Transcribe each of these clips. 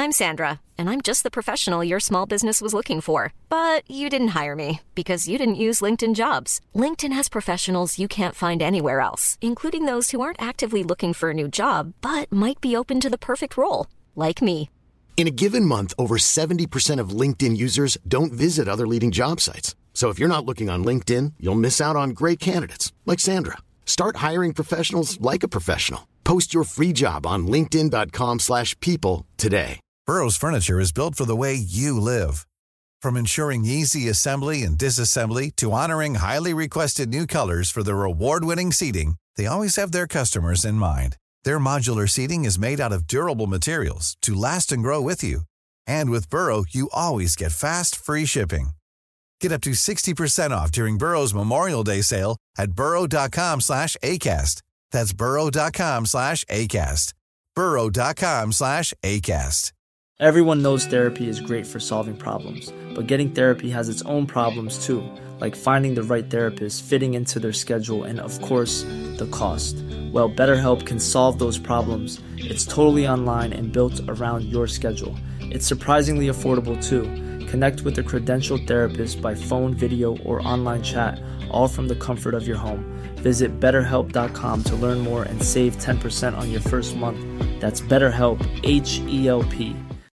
I'm Sandra, and I'm just the professional your small business was looking for. But you didn't hire me because you didn't use LinkedIn Jobs. LinkedIn has professionals you can't find anywhere else, including those who aren't actively looking for a new job, but might be open to the perfect role, like me. In a given month, over 70% of LinkedIn users don't visit other leading job sites. So if you're not looking on LinkedIn, you'll miss out on great candidates like Sandra. Start hiring professionals like a professional. Post your free job on linkedin.com/people today. Burrow's furniture is built for the way you live. From ensuring easy assembly and disassembly to honoring highly requested new colors for their award-winning seating, they always have their customers in mind. Their modular seating is made out of durable materials to last and grow with you. And with Burrow, you always get fast, free shipping. Get up to 60% off during Burrow's Memorial Day sale at burrow.com/ACAST. That's burrow.com/ACAST. burrow.com/ACAST. Everyone knows therapy is great for solving problems, but getting therapy has its own problems too, like finding the right therapist, fitting into their schedule, and of course, the cost. Well, BetterHelp can solve those problems. It's totally online and built around your schedule. It's surprisingly affordable too. Connect with a credentialed therapist by phone, video, or online chat, all from the comfort of your home. Visit BetterHelp.com to learn more and save 10% on your first month. That's BetterHelp, H-E-L-P.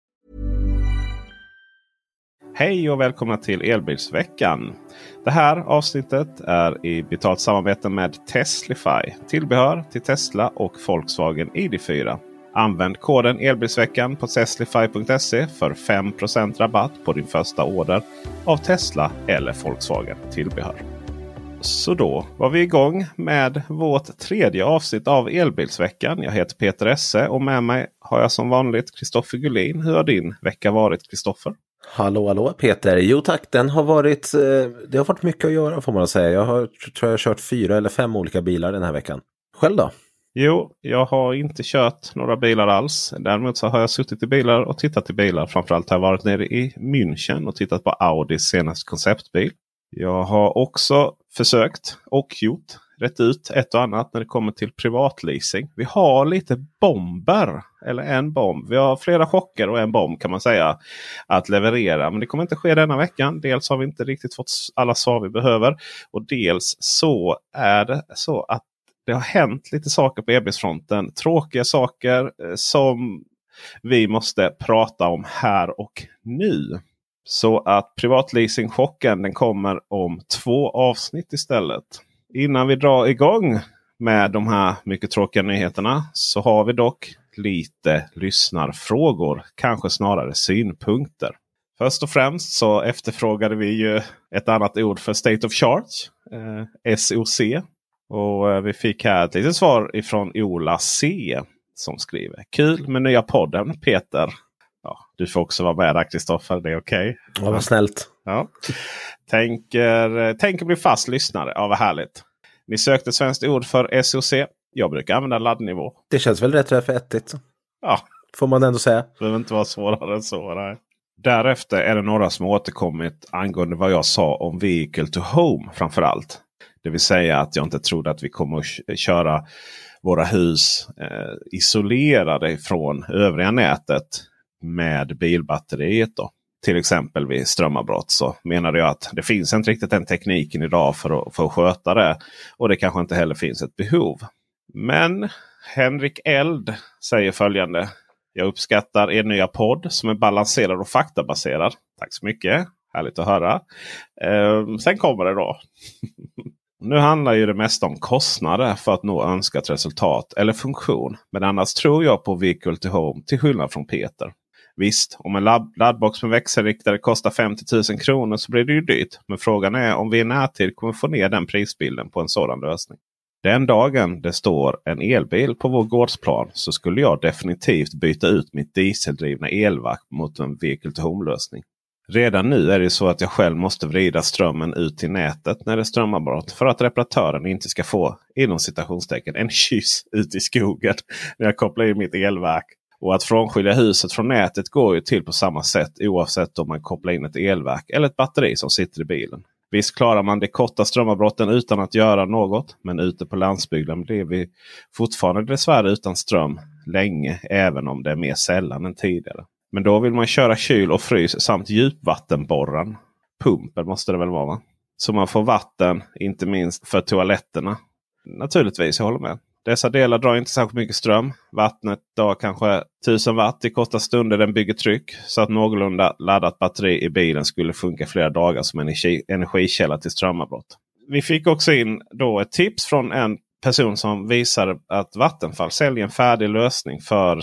Hej och välkomna till Elbilsveckan. Det här avsnittet är i betalt samarbete med Teslify. Tillbehör till Tesla och Volkswagen ID4. Använd koden Elbilsveckan på teslify.se för 5% rabatt på din första order av Tesla eller Volkswagen tillbehör. Så då var vi igång med vårt tredje avsnitt av Elbilsveckan. Jag heter Peter Esse och med mig har jag som vanligt Kristoffer Gullin. Hur har din vecka varit, Kristoffer? Hallå Peter. Jo tack, det har varit mycket att göra får man säga. Jag har kört 4 eller 5 olika bilar den här veckan. Själv då? Jo, jag har inte kört några bilar alls. Däremot så har jag suttit i bilar och tittat i bilar. Framförallt har jag varit nere i München och tittat på Audis senaste konceptbil. Jag har också försökt och rätt ut ett och annat när det kommer till privatleasing. Vi har lite bomber, eller en bomb. Vi har flera chocker och en bomb kan man säga att leverera. Men det kommer inte ske denna veckan. Dels har vi inte riktigt fått alla svar vi behöver. Och dels så är det så att det har hänt lite saker på elbilsfronten. Tråkiga saker som vi måste prata om här och nu. Så att privatleasingchocken den kommer om 2 avsnitt istället. Innan vi drar igång med de här mycket tråkiga nyheterna så har vi dock lite lyssnarfrågor. Kanske snarare synpunkter. Först och främst så efterfrågade vi ju ett annat ord för State of Charge. SOC. Och vi fick här ett litet svar ifrån Ola C. Som skriver: kul med nya podden, Peter. Ja, du får också vara med där, Kristoffer. Det är okej. Ja, vad snällt. Ja. Tänker bli fast lyssnare. Ja, vad härligt. Ni sökte svenskt ord för SOC. Jag brukar använda laddnivå. Det känns väl rätt för ettigt. Ja. Får man ändå säga. Det behöver inte vara svårare än så. Nej. Därefter är det några som återkommit angående vad jag sa om vehicle to home framförallt. Det vill säga att jag inte trodde att vi kommer att köra våra hus isolerade från övriga nätet med bilbatteriet då. Till exempel vid strömavbrott så menade jag att det finns inte riktigt den tekniken idag för att sköta det. Och det kanske inte heller finns ett behov. Men Henrik Eld säger följande: jag uppskattar er nya podd som är balanserad och faktabaserad. Tack så mycket. Härligt att höra. Sen kommer det då. Nu handlar ju det mest om kostnader för att nå önskat resultat eller funktion. Men annars tror jag på vehicle to home till skillnad från Peter. Visst, om en laddbox med växelriktare kostar 50 000 kronor så blir det ju dyrt. Men frågan är om vi i närtid kommer få ner den prisbilden på en sådan lösning. Den dagen det står en elbil på vår gårdsplan så skulle jag definitivt byta ut mitt dieseldrivna elverk mot en vehicle to home-lösning. Redan nu är det så att jag själv måste vrida strömmen ut till nätet när det strömavbrott för att reparatören inte ska få, inom citationstecken, en kyss ut i skogen när jag kopplar in mitt elverk. Och att frånskilja huset från nätet går ju till på samma sätt oavsett om man kopplar in ett elverk eller ett batteri som sitter i bilen. Visst klarar man de korta strömavbrotten utan att göra något, men ute på landsbygden blir vi fortfarande dessvärre utan ström länge, även om det är mer sällan än tidigare. Men då vill man köra kyl och frys samt djupvattenborren. Pumpen måste det väl vara, va? Så man får vatten, inte minst för toaletterna. Naturligtvis, jag håller med. Dessa delar drar inte särskilt mycket ström. Vattnet drar kanske 1000 watt i korta stunder. Den bygger tryck. Så att någorlunda laddat batteri i bilen skulle funka flera dagar som energikälla till strömavbrott. Vi fick också in då ett tips från en person som visar att Vattenfall säljer en färdig lösning för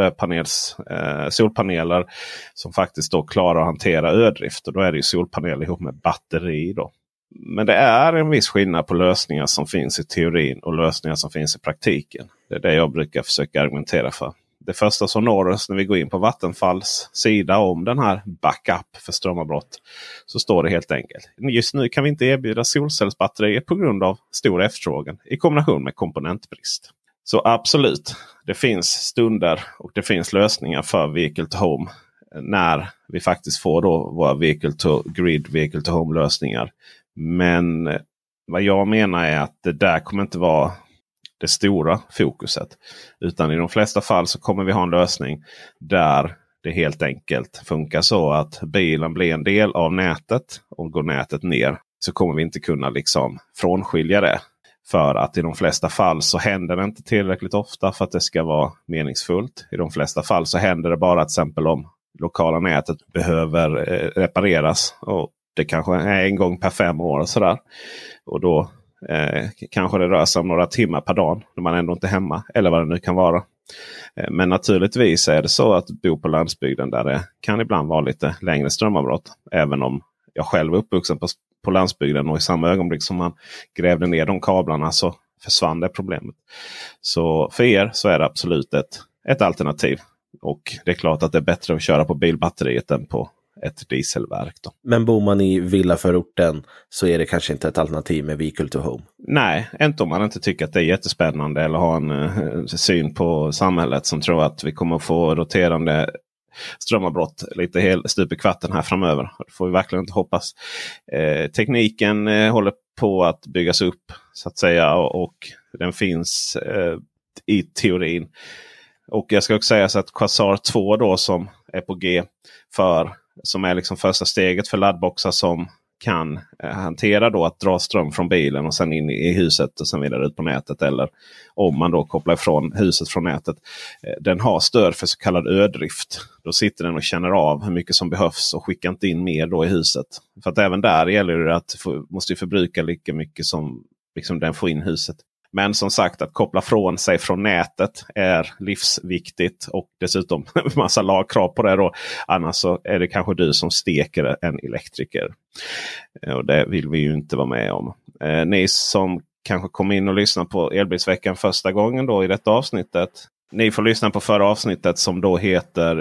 solpaneler som faktiskt då klarar att hantera ödrift. Och då är det ju solpaneler ihop med batteri då. Men det är en viss skillnad på lösningar som finns i teorin och lösningar som finns i praktiken. Det är det jag brukar försöka argumentera för. Det första som når oss när vi går in på Vattenfalls sida om den här backup för strömavbrott, så står det helt enkelt: just nu kan vi inte erbjuda solcellsbatterier på grund av stor efterfrågan i kombination med komponentbrist. Så absolut, det finns stunder och det finns lösningar för Vehicle to Home när vi faktiskt får då våra Vehicle to Grid, Vehicle to Home lösningar. Men vad jag menar är att det där kommer inte vara det stora fokuset. Utan i de flesta fall så kommer vi ha en lösning där det helt enkelt funkar så att bilen blir en del av nätet, och går nätet ner så kommer vi inte kunna liksom frånskilja det. För att i de flesta fall så händer det inte tillräckligt ofta för att det ska vara meningsfullt. I de flesta fall så händer det bara till exempel om lokala nätet behöver repareras, och det kanske är en gång per 5 år och sådär. Och då kanske det rör sig om några timmar per dag när man ändå inte är hemma, eller vad det nu kan vara. Men naturligtvis är det så att bo på landsbygden där det kan ibland vara lite längre strömavbrott. Även om jag själv är uppvuxen på landsbygden, och i samma ögonblick som man grävde ner de kablarna så försvann det problemet. Så för er så är det absolut ett alternativ. Och det är klart att det är bättre att köra på bilbatteriet än på ett dieselverk då. Men bor man i villaförorten så är det kanske inte ett alternativ med Vehicle to Home? Nej, inte om man inte tycker att det är jättespännande eller har en syn på samhället som tror att vi kommer att få roterande strömavbrott lite stup i kvarten här framöver. Det får vi verkligen inte hoppas. Tekniken håller på att byggas upp så att säga, och den finns i teorin. Och jag ska också säga så att Quasar 2 då som är på G som är liksom första steget för laddboxar som kan hantera då att dra ström från bilen och sen in i huset och sen vidare ut på nätet, eller om man då kopplar ifrån huset från nätet. Den har stöd för så kallad ödrift. Då sitter den och känner av hur mycket som behövs och skickar inte in mer då i huset. För att även där gäller det att måste förbruka lika mycket som liksom den får in huset. Men som sagt, att koppla från sig från nätet är livsviktigt, och dessutom en massa lagkrav på det då. Annars så är det kanske du som steker en elektriker. Och det vill vi ju inte vara med om. Ni som kanske kom in och lyssnade på Elbilsveckan första gången då i detta avsnittet. Ni får lyssna på förra avsnittet som då heter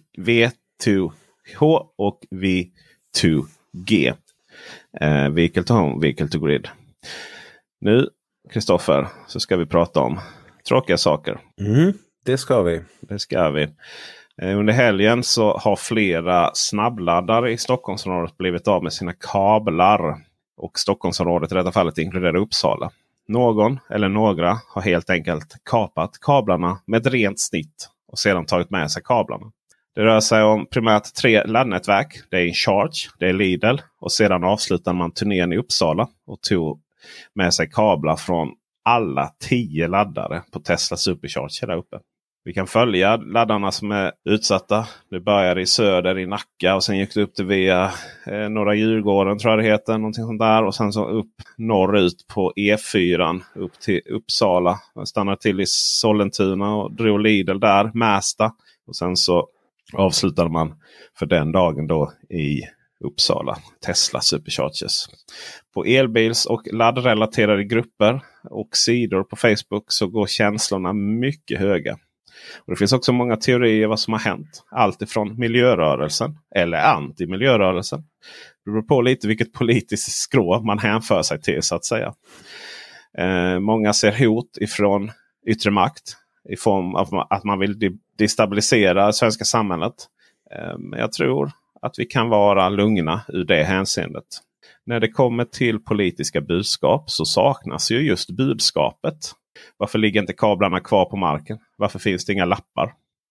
V2H och V2G. Vehicle to Home, Vehicle to Grid. Nu, Kristoffer, så ska vi prata om tråkiga saker. Det ska vi. Det ska vi. Under helgen så har flera snabbladdare i Stockholmsområdet blivit av med sina kablar. Och Stockholmsområdet i detta fallet inkluderar Uppsala. Någon eller några har helt enkelt kapat kablarna med ett rent snitt och sedan tagit med sig kablarna. Det rör sig om primärt 3 laddnätverk. Det är InCharge, det är Lidl, och sedan avslutar man turnén i Uppsala och tog med sig kablar från alla 10 laddare på Tesla Supercharge där uppe. Vi kan följa laddarna som är utsatta. Det började i söder i Nacka och sen gick det upp till via Norra Djurgården tror jag det heter. Någonting sånt där. Och sen så upp norrut på E4 upp till Uppsala. Man stannade till i Sollentuna och drog Lidl där, Märsta. Och sen så avslutade man för den dagen då i Uppsala, Tesla Superchargers. På elbils- och laddrelaterade grupper och sidor på Facebook så går känslorna mycket höga. Och det finns också många teorier vad som har hänt. Allt ifrån miljörörelsen eller anti-miljörörelsen. Det beror på lite vilket politiskt skrå man hänför sig till så att säga. Många ser hot ifrån yttre makt i form av att man vill destabilisera svenska samhället. Men jag tror att vi kan vara lugna ur det hänseendet. När det kommer till politiska budskap så saknas ju just budskapet. Varför ligger inte kablarna kvar på marken? Varför finns det inga lappar?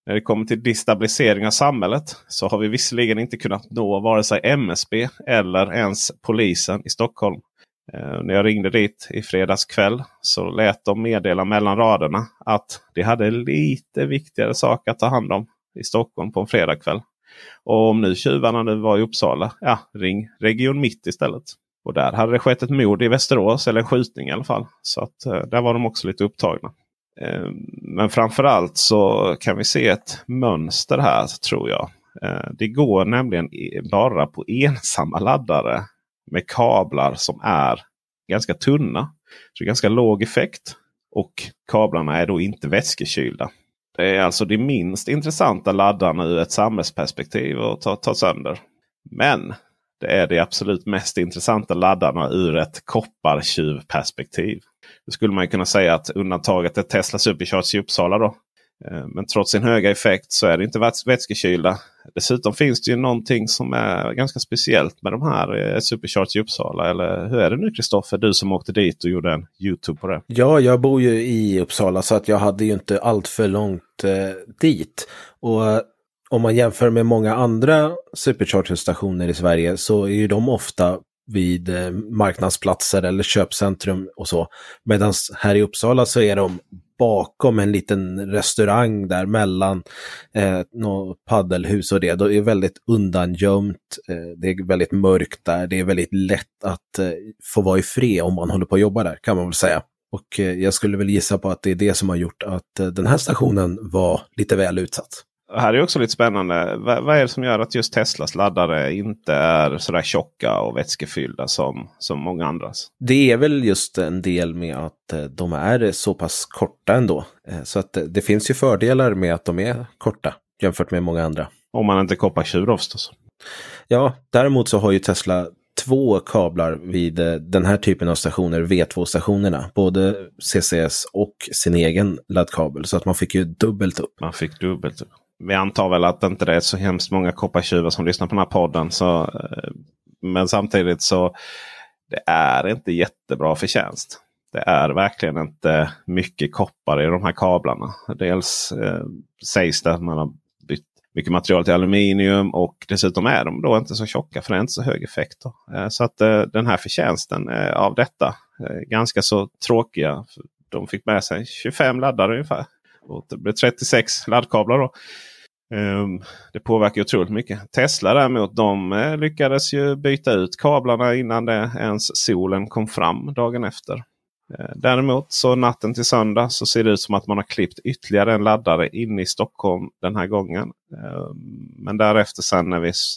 När det kommer till destabilisering av samhället så har vi visserligen inte kunnat nå vare sig MSB eller ens polisen i Stockholm. När jag ringde dit i fredags kväll så lät de meddela mellan raderna att de hade lite viktigare saker att ta hand om i Stockholm på en fredagkväll. Och om nu tjuvarna nu var i Uppsala, ring Region Mitt istället. Och där hade det skett ett mord i Västerås, eller en skjutning i alla fall. Så att där var de också lite upptagna. Men framförallt så kan vi se ett mönster här, tror jag. Det går nämligen bara på ensamma laddare med kablar som är ganska tunna. Så det är ganska låg effekt. Och kablarna är då inte vätskekylda. Det är alltså de minst intressanta laddarna ur ett samhällsperspektiv att ta sönder. Men det är de absolut mest intressanta laddarna ur ett koppartjuvperspektiv. Det skulle man kunna säga att undantaget är Tesla Supercharge i Uppsala då. Men trots sin höga effekt så är det inte vätskekylda. Dessutom finns det ju någonting som är ganska speciellt med de här Supercharge i Uppsala. Eller hur är det nu, Kristoffer? Du som åkte dit och gjorde en YouTube på det. Ja, jag bor ju i Uppsala så att jag hade ju inte allt för långt dit. Och om man jämför med många andra Supercharger-stationer i Sverige så är ju de ofta vid marknadsplatser eller köpcentrum och så. Medan här i Uppsala så är de bakom en liten restaurang där mellan något paddelhus och det. Det är väldigt undangömt, det är väldigt mörkt där, det är väldigt lätt att få vara i fred om man håller på att jobba där, kan man väl säga. Och jag skulle väl gissa på att det är det som har gjort att den här stationen var lite väl utsatt. Här är också lite spännande. Vad är det som gör att just Teslas laddare inte är sådär tjocka och vätskefyllda som många andras? Det är väl just en del med att de är så pass korta ändå. Så att det finns ju fördelar med att de är korta jämfört med många andra. Om man inte koppar tjurrost och så. Ja, däremot så har ju Tesla 2 kablar vid den här typen av stationer, V2-stationerna. Både CCS och sin egen laddkabel. Så att man fick ju dubbelt upp. Man fick dubbelt upp. Vi antar väl att inte det är så hemskt många koppartjuvar som lyssnar på den här podden. Men samtidigt så det är inte jättebra förtjänst. Det är verkligen inte mycket koppar i de här kablarna. Dels sägs det att man har bytt mycket material till aluminium. Och dessutom är de då inte så tjocka för det är inte så hög effekt. Så att den här förtjänsten av detta är ganska så tråkiga. De fick med sig 25 laddare ungefär. Och det blev 36 laddkablar då. Det påverkar otroligt mycket. Tesla däremot, de lyckades ju byta ut kablarna innan det ens solen kom fram dagen efter. Däremot så natten till söndag så ser det ut som att man har klippt ytterligare en laddare in i Stockholm den här gången. Men därefter sen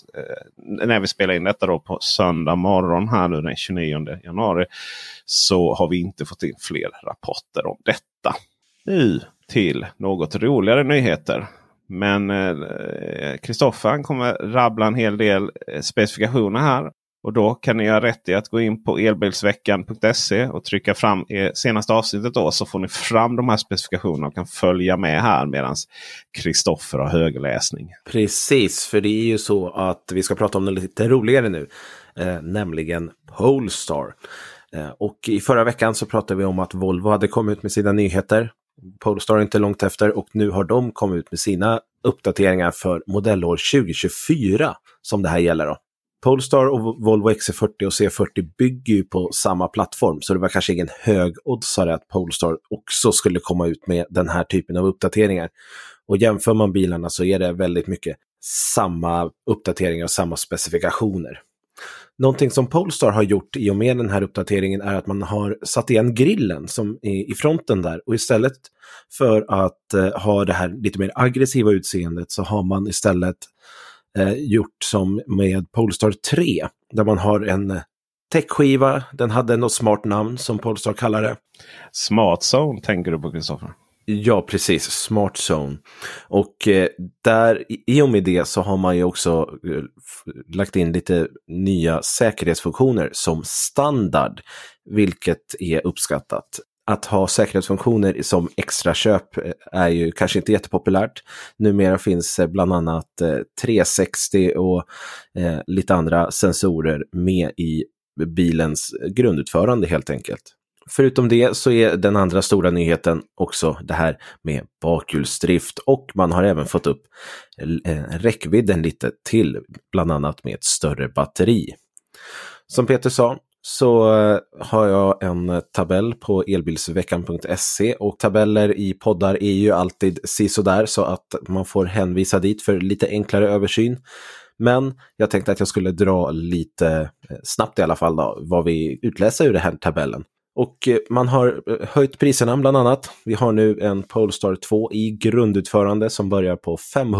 när vi spelar in detta då på söndag morgon här nu den 29 januari så har vi inte fått in fler rapporter om detta. Nu till något roligare nyheter. Men Kristoffer kommer rabbla en hel del specifikationer här. Och då kan ni göra rätt i att gå in på elbilsveckan.se och trycka fram senaste avsnittet då. Så får ni fram de här specifikationerna och kan följa med här medan Kristoffer har högläsning. Precis, för det är ju så att vi ska prata om det lite roligare nu. Nämligen Polestar. Och i förra veckan så pratade vi om att Volvo hade kommit ut med sina nyheter. Polestar är inte långt efter och nu har de kommit ut med sina uppdateringar för modellår 2024 som det här gäller då. Polestar och Volvo XC40 och C40 bygger ju på samma plattform så det var kanske ingen hög oddsare att Polestar också skulle komma ut med den här typen av uppdateringar. Och jämför man bilarna så är det väldigt mycket samma uppdateringar och samma specifikationer. Någonting som Polestar har gjort i och med den här uppdateringen är att man har satt igen grillen som är i fronten där. Och istället för att ha det här lite mer aggressiva utseendet så har man istället gjort som med Polestar 3. Där man har en täckskiva, den hade något smart namn som Polestar kallar det. Smart Zone tänker du på, Kristoffer? Ja, precis. Smart Zone. Och där, i och med det så har man ju också lagt in lite nya säkerhetsfunktioner som standard, vilket är uppskattat. Att ha säkerhetsfunktioner som extra köp är ju kanske inte jättepopulärt. Numera finns bland annat 360 och lite andra sensorer med i bilens grundutförande helt enkelt. Förutom det så är den andra stora nyheten också det här med bakhjulsdrift, och man har även fått upp räckvidden lite till, bland annat med ett större batteri. Som Peter sa så har jag en tabell på elbilsveckan.se, och tabeller i poddar är ju alltid sisådär, så att man får hänvisa dit för lite enklare översyn. Men jag tänkte att jag skulle dra lite snabbt i alla fall då, vad vi utläser ur den här tabellen. Och man har höjt priserna bland annat. Vi har nu en Polestar 2 i grundutförande som börjar på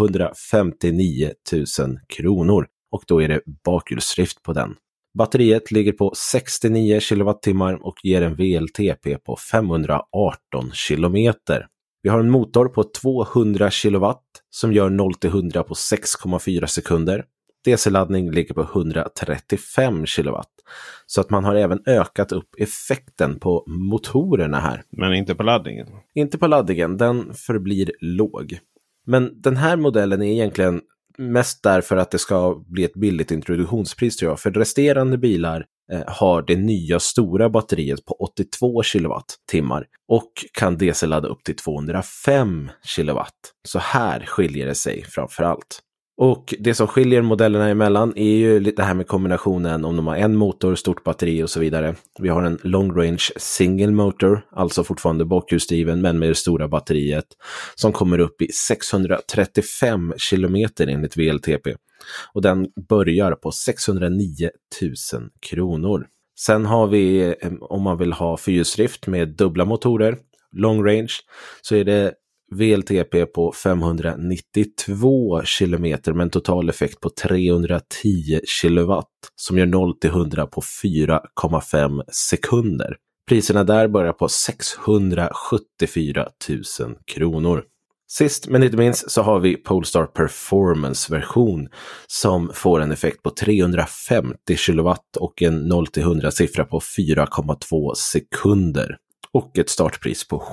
559 000 kronor. Och då är det bakhjulsdrift på den. Batteriet ligger på 69 kilowattimmar och ger en VLTP på 518 kilometer. Vi har en motor på 200 kilowatt som gör 0-100 på 6,4 sekunder. DC-laddning ligger på 135 kilowatt. Så att man har även ökat upp effekten på motorerna här. Men inte på laddningen? Inte på laddningen, den förblir låg. Men den här modellen är egentligen mest därför att det ska bli ett billigt introduktionspris, tror jag. För resterande bilar har det nya stora batteriet på 82 kilowattimmar och kan DC-ladda upp till 205 kilowatt. Så här skiljer det sig framförallt. Och det som skiljer modellerna emellan är ju det här med kombinationen om de har en motor, stort batteri och så vidare. Vi har en long range single motor, alltså fortfarande bakhjulsdriven men med det stora batteriet, som kommer upp i 635 kilometer enligt VLTP. Och den börjar på 609 000 kronor. Sen har vi, om man vill ha fyrhjulsdrift med dubbla motorer, long range, så är det VLTP på 592 kilometer med en total effekt på 310 kilowatt som gör 0-100 på 4,5 sekunder. Priserna där börjar på 674 000 kronor. Sist men inte minst så har vi Polestar Performance-version som får en effekt på 350 kilowatt och en 0-100 siffra på 4,2 sekunder. Och ett startpris på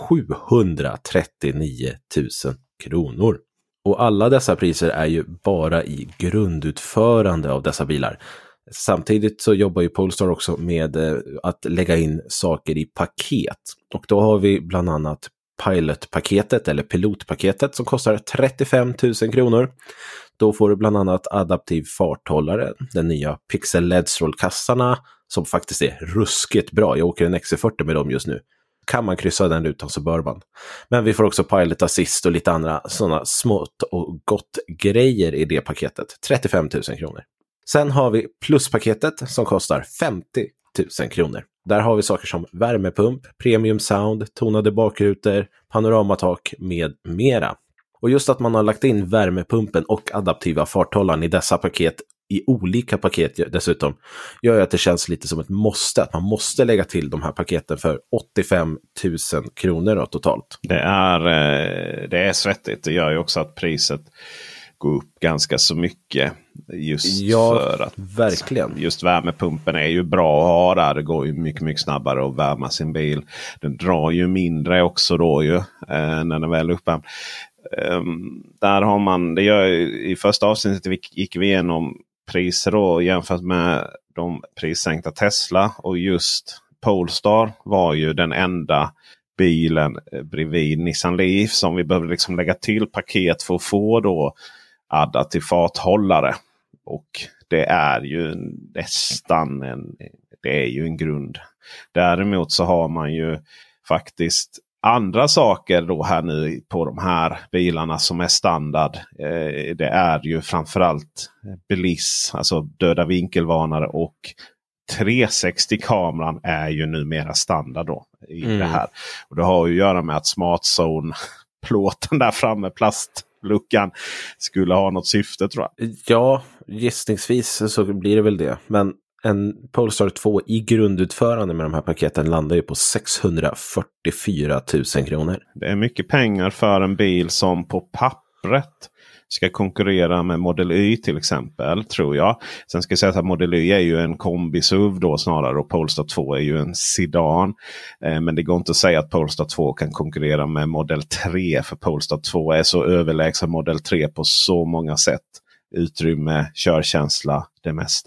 739 000 kronor. Och alla dessa priser är ju bara i grundutförande av dessa bilar. Samtidigt så jobbar ju Polestar också med att lägga in saker i paket. Och då har vi bland annat pilotpaketet eller pilotpaketet som kostar 35 000 kronor. Då får du bland annat adaptiv farthållare, den nya Pixel LED-strålkastarna som faktiskt är ruskigt bra. Jag åker en XC40 med dem just nu. Kan man kryssa den rutan så bör man. Men vi får också Pilot Assist och lite andra sådana smått och gott grejer i det paketet. 35 000 kronor. Sen har vi pluspaketet som kostar 50 000 kronor. Där har vi saker som värmepump, premium sound, tonade bakrutor, panoramatak med mera. Och just att man har lagt in värmepumpen och adaptiva farthållaren i dessa paket, i olika paket dessutom, gör ju att det känns lite som ett måste. Att man måste lägga till de här paketen för 85 000 kronor då, totalt. Det är svettigt. Det gör ju också att priset går upp ganska så mycket. Just för att verkligen. Just värmepumpen är ju bra att ha där. Det går ju mycket, mycket snabbare att värma sin bil. Den drar ju mindre också då ju när den väl är uppvärmd. Där har man, det gör i första avsnittet gick vi igenom priser då jämfört med de prissänkta Tesla, och just Polestar var ju den enda bilen bredvid Nissan Leaf som vi behövde liksom lägga till paket för att få då adaptiv farthållare, och det är ju nästan det är ju en grund. Däremot så har man ju faktiskt andra saker då här nu på de här bilarna som är standard. Det är ju framförallt BLIS, alltså döda vinkelvarnare, och 360-kameran är ju numera standard då i det här. Och det har ju att göra med att Smart Zone-plåten där framme, plastluckan, skulle ha något syfte, tror jag. Ja, gissningsvis så blir det väl det. Men en Polestar 2 i grundutförande med de här paketen landar ju på 644 000 kronor. Det är mycket pengar för en bil som på pappret ska konkurrera med Model Y till exempel, tror jag. Sen ska jag säga att Model Y är ju en kombi-SUV då snarare, och Polestar 2 är ju en sedan. Men det går inte att säga att Polestar 2 kan konkurrera med Model 3, för Polestar 2 är så överlägsen Model 3 på så många sätt. Utrymme, körkänsla, det mesta.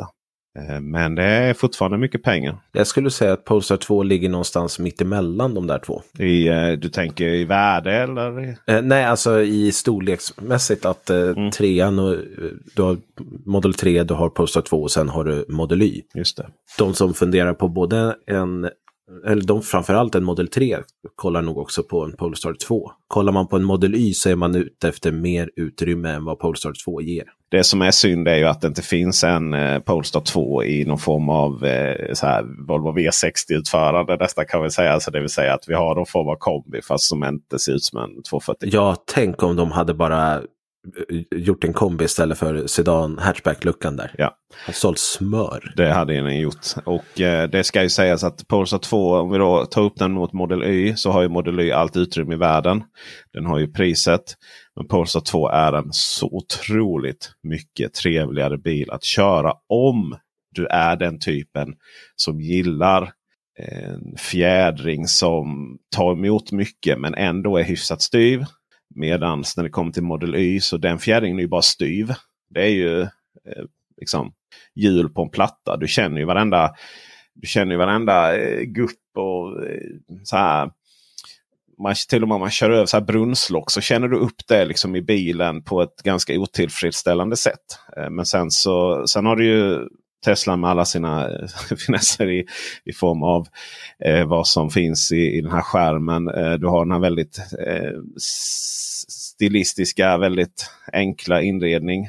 Men det är fortfarande mycket pengar. Jag skulle säga att Polestar 2 ligger någonstans mitt emellan de där två. Du tänker i värde eller? Nej, alltså i storleksmässigt att trean och du har Model 3, du har Polestar 2 och sen har du Model Y. Just det. De som funderar på både framförallt en Model 3 kollar nog också på en Polestar 2. Kollar man på en Model Y så är man ute efter mer utrymme än vad Polestar 2 ger. Det som är synd är ju att det inte finns en Polestar 2 i någon form av så här Volvo V60-utförande. Nästan kan vi säga. Alltså det vill säga att vi har någon form av kombi fast som inte ser ut som en 240. Ja, tänk om de hade bara gjort en kombi istället för sedan hatchback-luckan där. Ja. Han sålt smör. Det hade den gjort. Och det ska ju sägas att Polestar 2, om vi då tar upp den mot Model Y, så har ju Model Y allt utrymme i världen. Den har ju priset. Men Polestar 2 är en så otroligt mycket trevligare bil att köra om du är den typen som gillar en fjädring som tar emot mycket men ändå är hyfsat styv. Medan när det kommer till Model Y så den fjädringen är ju bara styv. Det är ju liksom hjul på en platta. Du känner ju varenda gupp och så här. Till och med om man kör över så här brunnslock så känner du upp det liksom i bilen på ett ganska otillfredsställande sätt. Men sen har du ju Tesla med alla sina finesser i form av vad som finns i den här skärmen. Du har den här väldigt stilistiska, väldigt enkla inredning.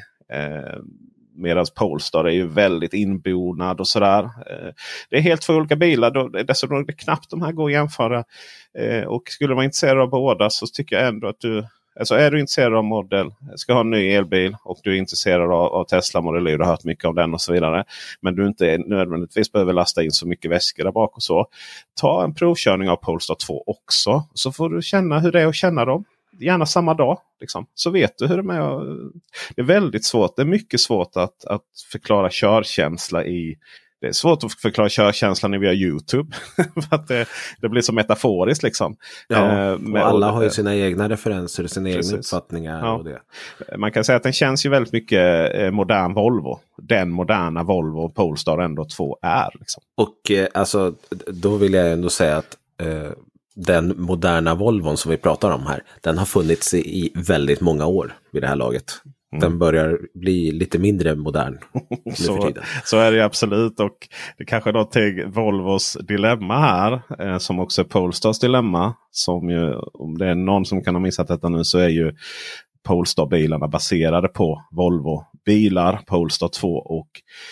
Medan Polestar är ju väldigt inbonad och sådär. Det är helt två olika bilar. Dessutom är det knappt de här går att jämföra. Och skulle man vara intresserad av båda så tycker jag ändå att alltså är du intresserad av Model, ska ha en ny elbil och du är intresserad av Tesla Model Y, du har hört mycket om den och så vidare. Men du inte nödvändigtvis behöver lasta in så mycket väskor där bak och så. Ta en provkörning av Polestar 2 också. Så får du känna hur det är att känna dem. Gärna samma dag. Liksom. Så vet du hur de är. Det är väldigt svårt. Det är mycket svårt att förklara körkänsla i... Det är svårt att förklara körkänslan via YouTube. För att det blir så metaforiskt liksom. Ja, och alla har ju sina egna referenser och sina egna uppfattningar. Ja. Och det. Man kan säga att den känns ju väldigt mycket modern Volvo. Den moderna Volvo Polestar ändå 2 är. Liksom. Och alltså, då vill jag ändå säga att den moderna Volvon som vi pratar om här, den har funnits i väldigt många år vid det här laget. Den börjar bli lite mindre modern. Så är det absolut. Och det kanske är någonting Volvos dilemma här. Som också är Polestars dilemma. Som ju, om det är någon som kan ha missat detta nu, så är ju Polestar-bilarna baserade på Volvo-bilar. Polestar 2 och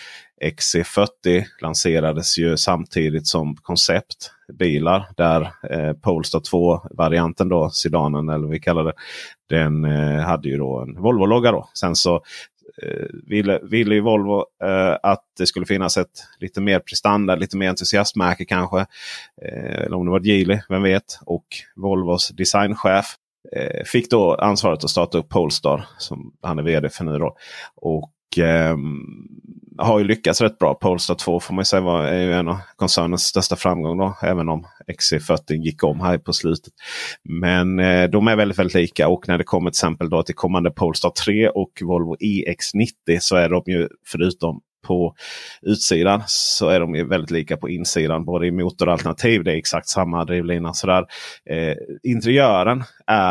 XC40 lanserades ju samtidigt som konceptbilar. Där Polestar 2-varianten då, sedanen eller vad vi kallar det, den hade ju då en Volvo-logga då. Sen så ville ju Volvo att det skulle finnas ett lite mer prestanda, lite mer entusiastmärke kanske. Eller om det var Geely, vem vet. Och Volvos designchef fick då ansvaret att starta upp Polestar, som han är vd för nu då. Och har ju lyckats rätt bra. Polestar 2 får man säga är ju en av koncernens största framgång då. Även om XC40 gick om här på slutet. Men de är väldigt, väldigt lika. Och när det kommer till exempel då till kommande Polestar 3 och Volvo EX90 så är de ju förutom på utsidan så är de ju väldigt lika på insidan. Både i motoralternativ, det är exakt samma drivlina. Sådär. Interiören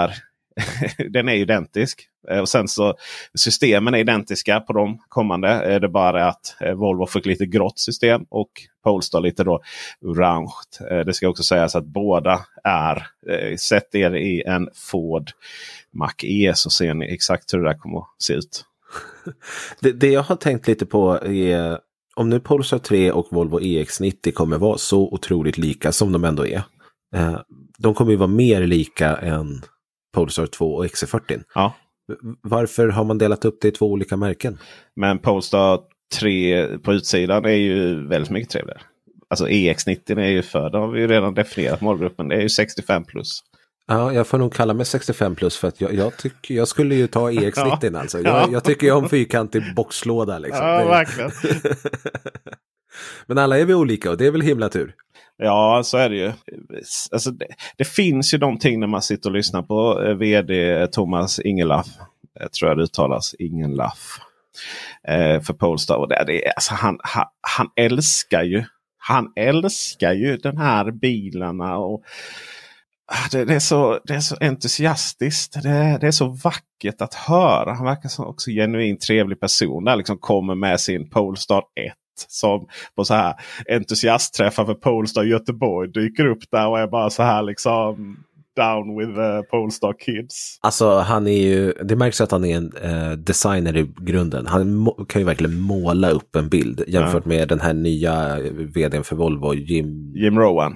den är identisk. Och sen så systemen är identiska på de kommande. Är det bara att Volvo fick lite grått system och Polestar lite då orange. Det ska också sägas att båda är sett er i en Ford Mach-E så ser ni exakt hur det där kommer att se ut. Det jag har tänkt lite på är om nu Polestar 3 och Volvo EX90 kommer vara så otroligt lika som de ändå är. De kommer ju vara mer lika än Polestar 2 och XC40. Ja. Varför har man delat upp det i 2 olika märken? Men Polestar 3 på utsidan är ju väldigt mycket trevligare. Alltså EX90 är ju för, då har vi ju redan definierat målgruppen. Det är ju 65 plus. Ja, jag får nog kalla mig 65 plus för att jag skulle ju ta EX90 alltså. Jag tycker ju om fyrkantig boxlåda liksom. Ja, verkligen. Men alla är vi olika och det är väl himla tur. Ja, så är det ju. Alltså, det finns ju någonting när man sitter och lyssnar på vd Thomas Ingenlath. Jag tror det uttalas Ingenlath. för Polestar. Och det är, alltså, han älskar ju den här bilarna. Och det är så entusiastiskt. Det är så vackert att höra. Han verkar som också genuint trevlig person. Där liksom kommer med sin Polestar 1. Som på så här entusiastträffar för Polestar Göteborg dyker upp där och är bara så här liksom down with the Polestar kids. Alltså han är ju, det märks att han är en designer i grunden. Han kan ju verkligen måla upp en bild jämfört med den här nya vdn för Volvo, Jim Rowan.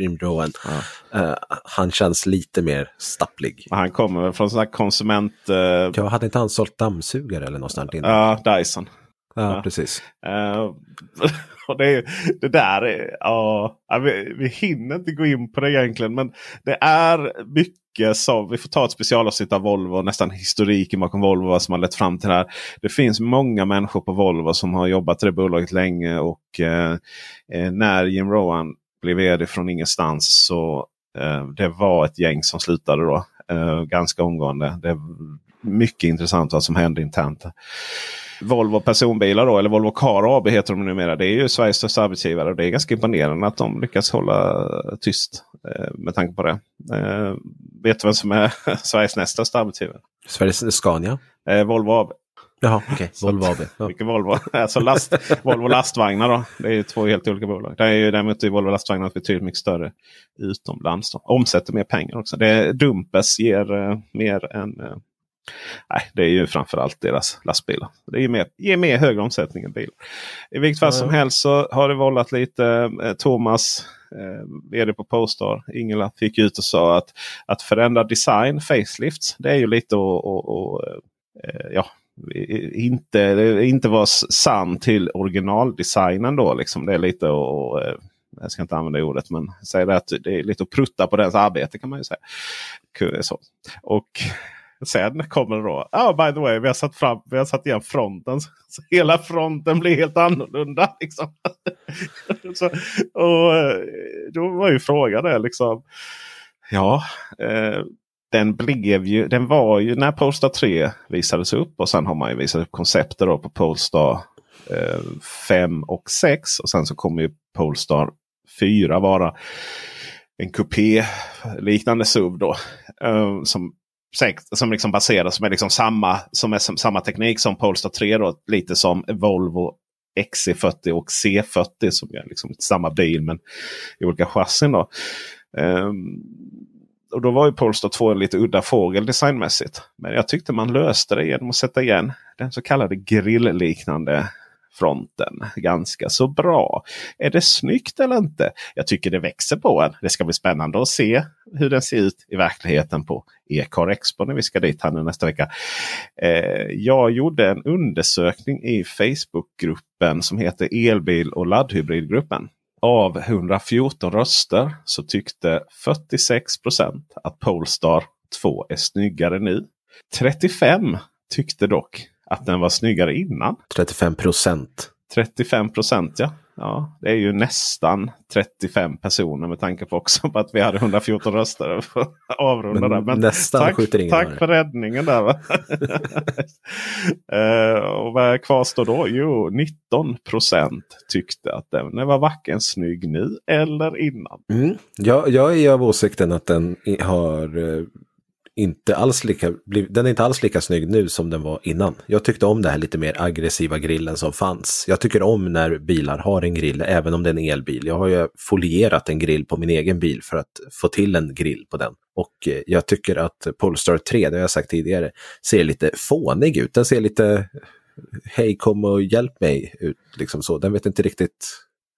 Han känns lite mer stapplig. Han kommer från sån här konsument... Jag hade inte han sålt dammsugare eller någonstans innan? Ja, Dyson. Ja, precis. Och det där är, vi hinner inte gå in på det egentligen, men det är mycket som vi får ta ett specialavsnitt av Volvo, nästan historiken bakom Volvo, vad som har lett fram till det här. Det finns många människor på Volvo som har jobbat i det bolaget länge, och när Jim Rowan blev vd från ingenstans så det var ett gäng som slutade då ganska omgående. Det är mycket intressant vad som hände internt. Volvo personbilar då, eller Volvo Car AB heter de numera. Det är ju Sveriges största arbetsgivare, och det är ganska imponerande att de lyckas hålla tyst med tanke på det. Vet du vem som är Sveriges näst största arbetsgivare? Sveriges Scania? Volvo AB. Jaha, okej. Volvo AB. Ja. Vilken Volvo? Alltså Volvo lastvagnar då. Det är ju två helt olika bolag. Det är ju däremot i Volvo lastvagnar betydligt mycket större utomlands då. Omsätter mer pengar också. Dumpes ger mer än... Nej, det är ju framförallt deras lastbilar. Det ger mer högre omsättning än bil. I vilket fall som helst så har det vållat lite. Thomas, vd på Polestar, Ingela, fick ut och sa att förändra design, facelifts, det är ju lite inte vara sann till originaldesignen då. Liksom. Det är lite jag ska inte använda ordet, men säg det att det är lite att prutta på dens arbete, kan man ju säga. Kul, så. Och sen kommer det då, by the way, vi har satt igen fronten. Så hela fronten blir helt annorlunda. Liksom. Och då var ju frågan där liksom. Ja, den var ju när Polestar 3 visades upp. Och sen har man ju visat upp koncepter då på Polestar 5 och 6. Och sen så kommer ju Polestar 4 vara en kupé-liknande SUV då. Som liksom baseras med liksom samma teknik som Polestar 3 då, lite som Volvo XC40 och C40 som är liksom samma bil men i olika chassin då. Och då var ju Polestar 2 en lite udda fågel designmässigt, men jag tyckte man löste det genom att sätta igen den så kallade grill-liknande fronten ganska så bra. Är det snyggt eller inte? Jag tycker det växer på en. Det ska bli spännande att se hur den ser ut i verkligheten på E-car Expo när vi ska dit här nu nästa vecka. Jag gjorde en undersökning i Facebookgruppen som heter Elbil- och laddhybridgruppen. Av 114 röster så tyckte 46% att Polestar 2 är snyggare nu. 35 tyckte dock att den var snyggare innan. 35%. 35%, ja. Ja, det är ju nästan 35 personer med tanke på också på att vi hade 114 röster för att avrunda där. Men nästan skjuter ingen. Tack för räddningen där, va? Och vad kvarstår då? Jo, 19% tyckte att den var varken snygg nu eller innan. Mm. Jag är av åsikten att den har... den är inte alls lika snygg nu som den var innan. Jag tyckte om det här lite mer aggressiva grillen som fanns. Jag tycker om när bilar har en grill, även om det är en elbil. Jag har ju folierat en grill på min egen bil för att få till en grill på den. Och jag tycker att Polestar 3, det har jag sagt tidigare, ser lite fånig ut. Den ser lite, hej kom och hjälp mig ut, liksom så. Den vet inte riktigt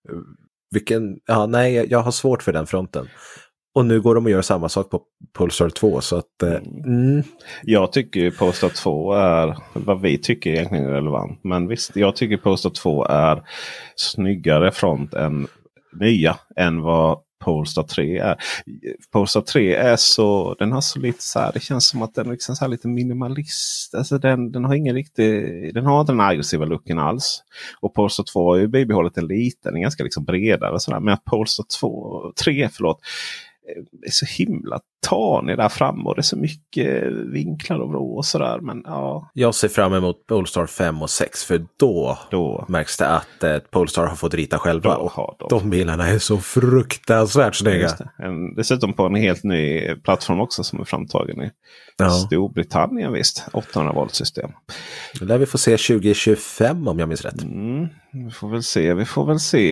jag har svårt för den fronten. Och nu går de och gör samma sak på Polestar 2. Så att, Jag tycker ju Polestar 2 är vad vi tycker egentligen är relevant. Men visst, jag tycker Polestar 2 är snyggare front än nya än vad Polestar 3 är. Polestar 3 är så, den har så lite så här, det känns som att den är liksom så här lite minimalist. Alltså den har ingen riktig, den har inte den aggressiva looken alls. Och Polestar 2 har ju bibehållit en ganska liksom bredare sådär. Men Polestar 3 är så himla tanig där framme och det är så mycket vinklar och vrå och sådär. Men ja. Jag ser fram emot Polestar 5 och 6 för då märks det att Polestar har fått rita själva. Och de bilarna är så fruktansvärt snygga. Dessutom på en helt ny plattform också som är framtagen i Storbritannien, visst. 800 volt system. Det lär vi få se 2025 om jag minns rätt. Vi får väl se.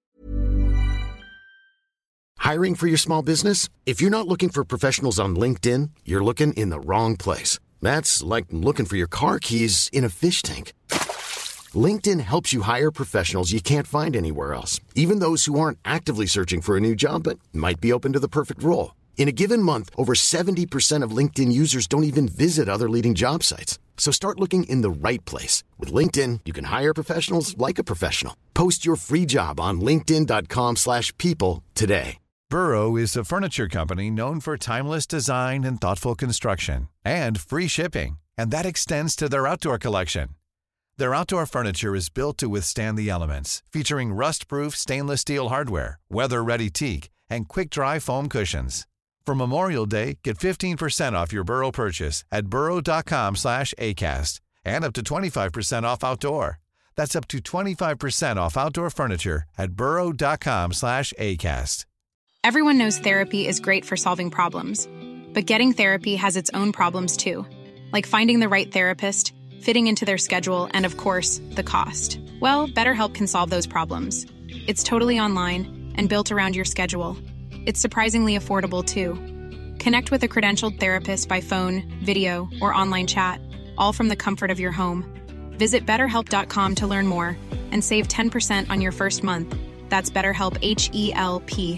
Hiring for your small business? If you're not looking for professionals on LinkedIn, you're looking in the wrong place. That's like looking for your car keys in a fish tank. LinkedIn helps you hire professionals you can't find anywhere else, even those who aren't actively searching for a new job but might be open to the perfect role. In a given month, over 70% of LinkedIn users don't even visit other leading job sites. So start looking in the right place. With LinkedIn, you can hire professionals like a professional. Post your free job on linkedin.com/people today. Burrow is a furniture company known for timeless design and thoughtful construction, and free shipping, and that extends to their outdoor collection. Their outdoor furniture is built to withstand the elements, featuring rust-proof stainless steel hardware, weather-ready teak, and quick-dry foam cushions. For Memorial Day, get 15% off your Burrow purchase at burrow.com/acast, and up to 25% off outdoor. That's up to 25% off outdoor furniture at burrow.com/acast. Everyone knows therapy is great for solving problems, but getting therapy has its own problems too, like finding the right therapist, fitting into their schedule, and of course, the cost. Well, BetterHelp can solve those problems. It's totally online and built around your schedule. It's surprisingly affordable too. Connect with a credentialed therapist by phone, video, or online chat, all from the comfort of your home. Visit BetterHelp.com to learn more and save 10% on your first month. That's BetterHelp, H-E-L-P.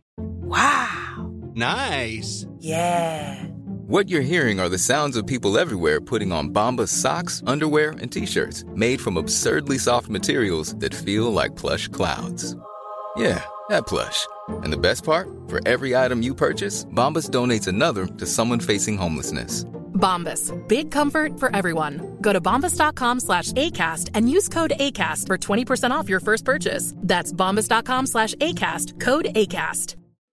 Wow. Nice. Yeah. What you're hearing are the sounds of people everywhere putting on Bombas socks, underwear, and T-shirts made from absurdly soft materials that feel like plush clouds. Yeah, that plush. And the best part? For every item you purchase, Bombas donates another to someone facing homelessness. Bombas. Big comfort for everyone. Go to bombas.com/ACAST and use code ACAST for 20% off your first purchase. That's bombas.com/ACAST. Code ACAST.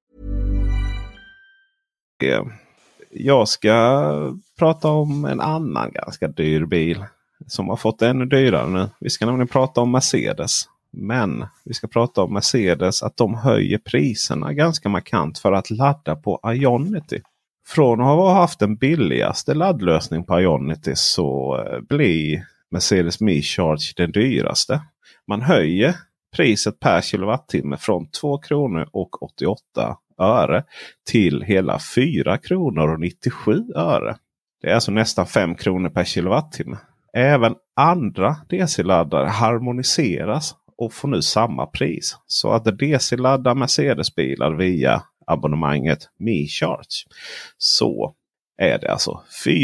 Jag ska prata om en annan ganska dyr bil som har fått ännu dyrare nu. Vi ska nämligen prata om Mercedes. Men vi ska prata om Mercedes, att de höjer priserna ganska markant för att ladda på Ionity. Från att ha haft den billigaste laddlösning på Ionity så blir Mercedes Me-Charge den dyraste. Man höjer priset per kilowattimme från 2 kronor och 88 öre till hela 4 kronor och 97 öre. Det är alltså nästan 5 kronor per kilowattimme. Även andra DC-laddare harmoniseras och får nu samma pris. Så att DC-laddar Mercedes-bilar via abonnemanget Me-Charge så är det alltså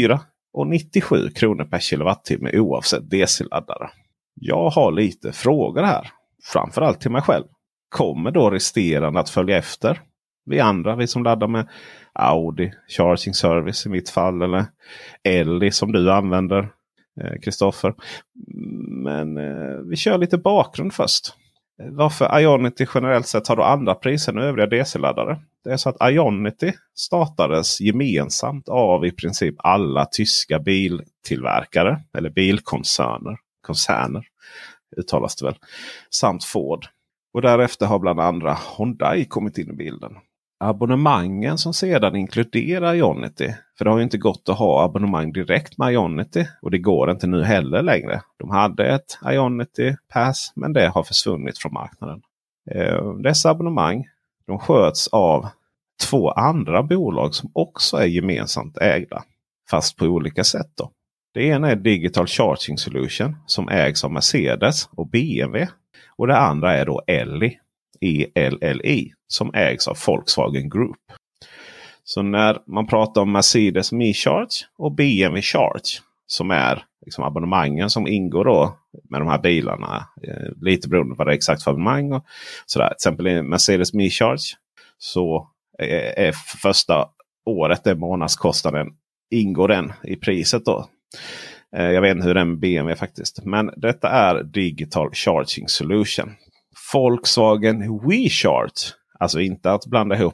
4,97 kronor per kilowattimme oavsett DC-laddare. Jag har lite frågor här. Framförallt till mig själv. Kommer då resterande att följa efter? Vi som laddar med Audi Charging Service i mitt fall. Eller Elli som du använder, Kristoffer. Men vi kör lite bakgrund först. Varför Ionity generellt sett har då andra priser än övriga DC-laddare. Det är så att Ionity startades gemensamt av i princip alla tyska biltillverkare. Eller bilkoncerner. Koncerner uttalas det väl. Samt Ford. Och därefter har bland andra Hyundai kommit in i bilden. Abonnemangen som sedan inkluderar Ionity. För det har ju inte gått att ha abonnemang direkt med Ionity. Och det går inte nu heller längre. De hade ett Ionity Pass men det har försvunnit från marknaden. Dessa abonnemang de sköts av 2 andra bolag som också är gemensamt ägda. Fast på olika sätt då. Det ena är Digital Charging Solution som ägs av Mercedes och BMW. Och det andra är då Elli, ELLI, som ägs av Volkswagen Group. Så när man pratar om Mercedes Me-Charge och BMW Charge som är liksom abonnemangen som ingår då med de här bilarna. Lite beroende på vad det är exakt för abonnemang och sådär. Till exempel i Mercedes Me-Charge så är första året den månadskostnaden ingår den i priset då. Jag vet inte hur den BMW faktiskt. Men detta är Digital Charging Solution. Volkswagen WeCharge. Alltså inte att blanda ihop med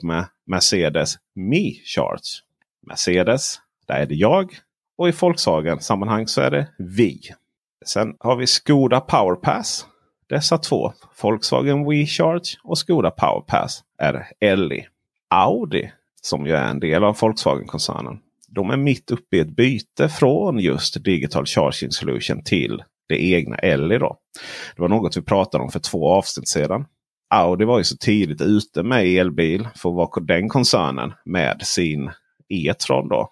Mercedes Me-Charge. Mercedes, där är det jag. Och i Volkswagen-sammanhang så är det vi. Sen har vi Skoda PowerPass. Dessa två, Volkswagen WeCharge och Skoda PowerPass, är LE. Audi, som ju är en del av Volkswagen-koncernen, de är mitt uppe i ett byte från just Digital Charging Solution till det egna LE då. Det var något vi pratade om för 2 avsnitt sedan. Audi var ju så tidigt ute med elbil för att vara den koncernen med sin e-tron då.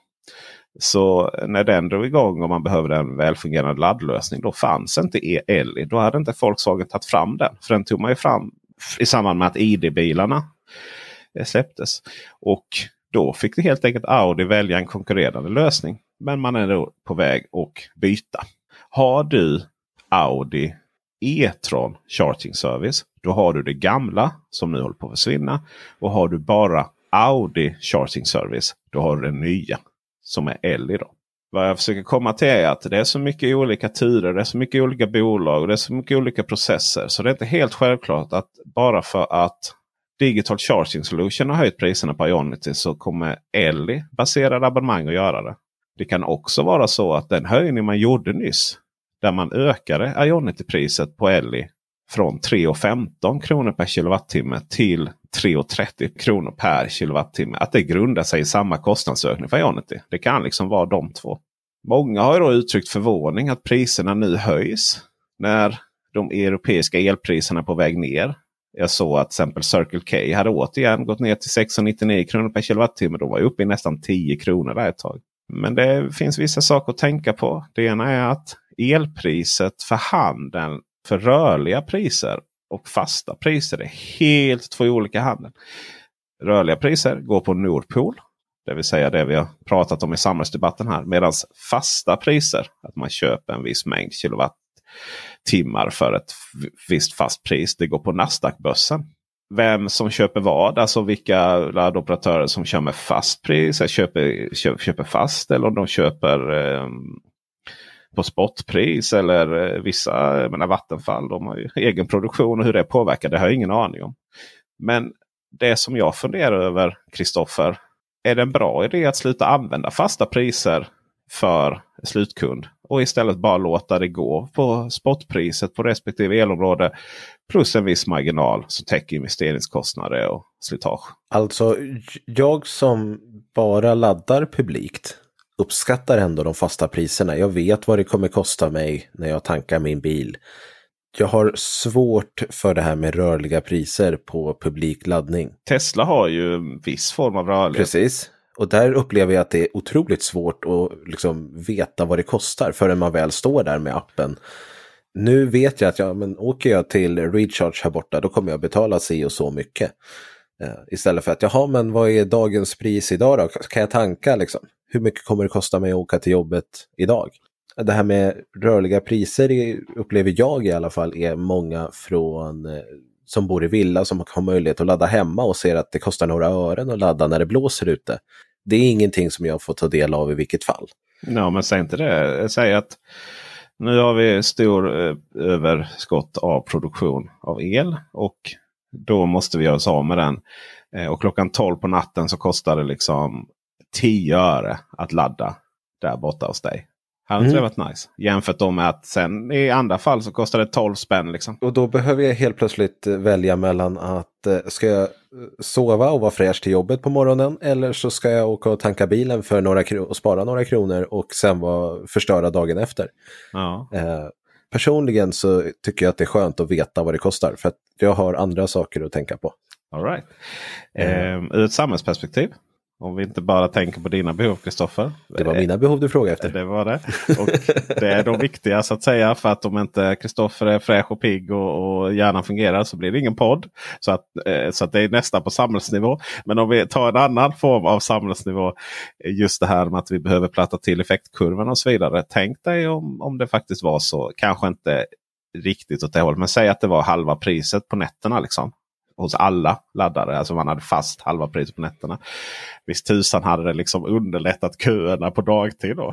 Så när den drog igång och man behövde en välfungerande laddlösning, då fanns inte LE. Då hade inte Volkswagen tagit fram den. För den tog man ju fram i samband med att ID-bilarna släpptes. Och då fick det helt enkelt Audi välja en konkurrerande lösning. Men man är då på väg att byta. Har du Audi e-tron Charging Service, då har du det gamla som nu håller på att försvinna. Och har du bara Audi Charging Service, då har du det nya som är LE då. Vad jag försöker komma till är att det är så mycket olika turer, det är så mycket olika bolag och det är så mycket olika processer. Så det är inte helt självklart att bara för att Digital Charging Solution har höjt priserna på Ionity så kommer LE-baserade abonnemang att göra det. Det kan också vara så att den höjning man gjorde nyss, där man ökade Ionity-priset på LE från 3,15 kronor per kilowattimme till 3,30 kronor per kilowattimme. Att det grundar sig i samma kostnadsökning för Ionity. Det kan liksom vara de två. Många har ju då uttryckt förvåning att priserna nu höjs när de europeiska elpriserna är på väg ner. Jag såg att till exempel Circle K hade återigen gått ner till 6,99 kronor per kilowattimme. De var uppe i nästan 10 kronor där ett tag. Men det finns vissa saker att tänka på. Det ena är att elpriset för handeln för rörliga priser och fasta priser är helt två olika handel. Rörliga priser går på Nordpool, det vill säga det vi har pratat om i samhällsdebatten här. Medan fasta priser, att man köper en viss mängd kilowattimmar för ett visst fast pris, det går på Nasdaq-börsen. Vem som köper vad, alltså vilka laddoperatörer som kör med fast pris, köper fast eller om de köper på spotpris eller vissa, jag menar Vattenfall, de har ju egen produktion och hur det påverkar, det har jag ingen aning om. Men det som jag funderar över, Kristoffer, är det en bra idé att sluta använda fasta priser för slutkund och istället bara låta det gå på spotpriset på respektive elområde plus en viss marginal som täcker investeringskostnader och slitage? Alltså, jag som bara laddar publikt uppskattar ändå de fasta priserna. Jag vet vad det kommer kosta mig när jag tankar min bil. Jag har svårt för det här med rörliga priser på publik laddning. Tesla har ju en viss form av rörlighet. Precis. Och där upplever jag att det är otroligt svårt att liksom veta vad det kostar förrän man väl står där med appen. Nu vet jag att åker jag till Recharge här borta, då kommer jag betala sig och så mycket. Istället för att, men vad är dagens pris idag då? Kan jag tanka liksom? Hur mycket kommer det kosta mig att åka till jobbet idag? Det här med rörliga priser upplever jag i alla fall är många som bor i villa som har möjlighet att ladda hemma och ser att det kostar några ören att ladda när det blåser ute. Det är ingenting som jag får ta del av i vilket fall. Ja, men säg inte det. Säg att nu har vi stor överskott av produktion av el och då måste vi göra oss av med den. Och klockan 12 på natten så kostar det liksom 10 öre att ladda där borta hos dig. Hade inte det varit nice? Jämfört då med att sen i andra fall så kostar det 12 spänn liksom. Och då behöver jag helt plötsligt välja mellan att ska jag sova och vara fräsch till jobbet på morgonen, eller så ska jag åka och tanka bilen för och spara några kronor och sen förstöra dagen efter. Ja. Personligen så tycker jag att det är skönt att veta vad det kostar, för att jag har andra saker att tänka på. All right. Ur ett samhällsperspektiv, om vi inte bara tänker på dina behov, Kristoffer. Det var mina behov du frågade efter. Det var det. Och det är de viktiga så att säga. För att om inte Kristoffer är fräsch och pigg och hjärnan fungerar så blir det ingen podd. Så att det är nästan på samhällsnivå. Men om vi tar en annan form av samhällsnivå. Just det här med att vi behöver platta till effektkurvan och så vidare. Tänk dig om det faktiskt var så. Kanske inte riktigt åt det hållet. Men säg att det var halva priset på nätterna liksom. Hos alla laddare. Alltså man hade fast halva priset på nätterna. Visst tusan hade det liksom underlättat köerna på dagtid då?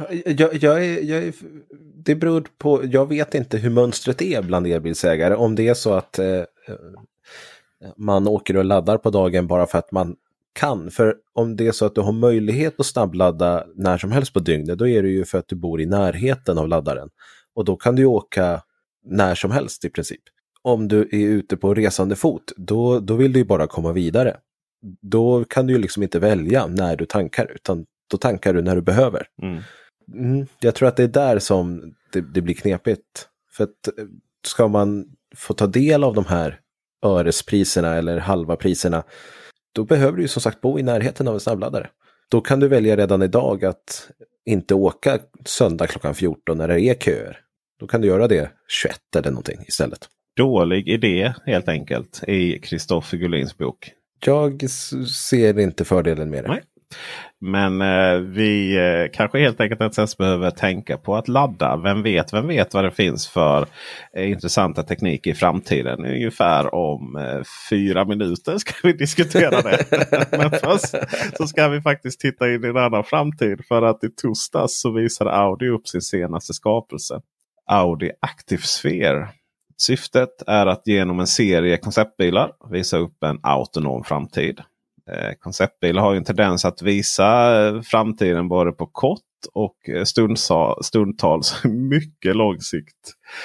Det beror på, jag vet inte hur mönstret är bland elbilsägare. Om det är så att man åker och laddar på dagen bara för att man kan. För om det är så att du har möjlighet att snabbladda när som helst på dygnet, då är det ju för att du bor i närheten av laddaren. Och då kan du åka när som helst i princip. Om du är ute på resande fot, då vill du ju bara komma vidare. Då kan du ju liksom inte välja när du tankar, utan då tankar du när du behöver. Jag tror att det är där som det blir knepigt. För att ska man få ta del av de här örespriserna eller halva priserna, då behöver du ju som sagt bo i närheten av en snabbladdare. Då kan du välja redan idag att inte åka söndag klockan 14 när det är köer. Då kan du göra det 21 eller någonting istället. Dålig idé helt enkelt i Kristoffer Gullins bok. Jag ser inte fördelen med det. Nej. Men vi kanske helt enkelt inte ens behöver tänka på att ladda. Vem vet vad det finns för intressanta teknik i framtiden. Ungefär om 4 minuter ska vi diskutera det. Men först så ska vi faktiskt titta in i en annan framtid. För att i torsdags så visade Audi upp sin senaste skapelse. Audi Active Sphere. Syftet är att genom en serie konceptbilar visa upp en autonom framtid. Konceptbilar har ju en tendens att visa framtiden både på kort och stundtals mycket lång sikt.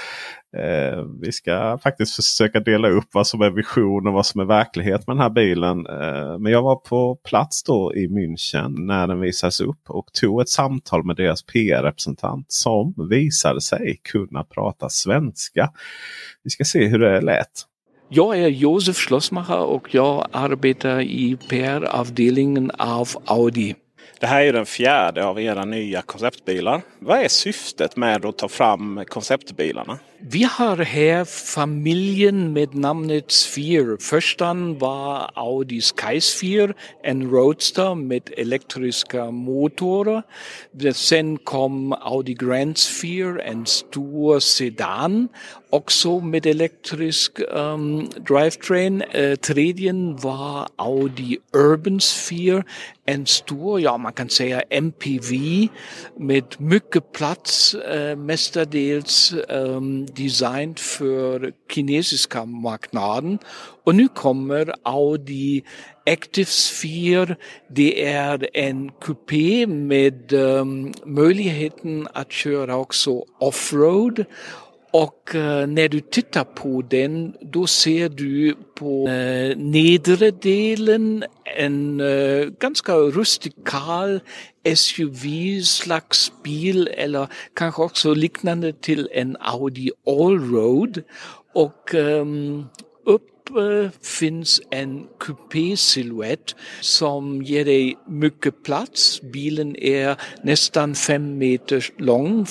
Vi ska faktiskt försöka dela upp vad som är vision och vad som är verklighet med den här bilen. Men jag var på plats då i München när den visades upp och tog ett samtal med deras PR-representant som visade sig kunna prata svenska. Vi ska se hur det lät. Jag är Josef Schlossmacher och jag arbetar i PR-avdelningen av Audi. Det här är den 4:e av era nya konceptbilar. Vad är syftet med att ta fram konceptbilarna? Vi har här familjen med namnet Sphere. Första var Audi Sky Sphere, en roadster med elektriska motorer. Sen kom Audi Grand Sphere, en stor sedan, också med elektrisk drivetrain. Tredje var Audi Urban Sphere, en stor, man kan säga MPV med mycket plats, mestadels designed för kinesiska marknaden. Och nu kommer Audi Active Sphere. Det är en coupé med möjligheten att köra också offroad. Och när du tittar på den, då ser du på nedre delen en ganska rustikal SUV-slags bil eller kanske också liknande till en Audi Allroad. Och upp finns en coupé-silhuett som ger dig mycket plats. Bilen är nästan 5 meter lång,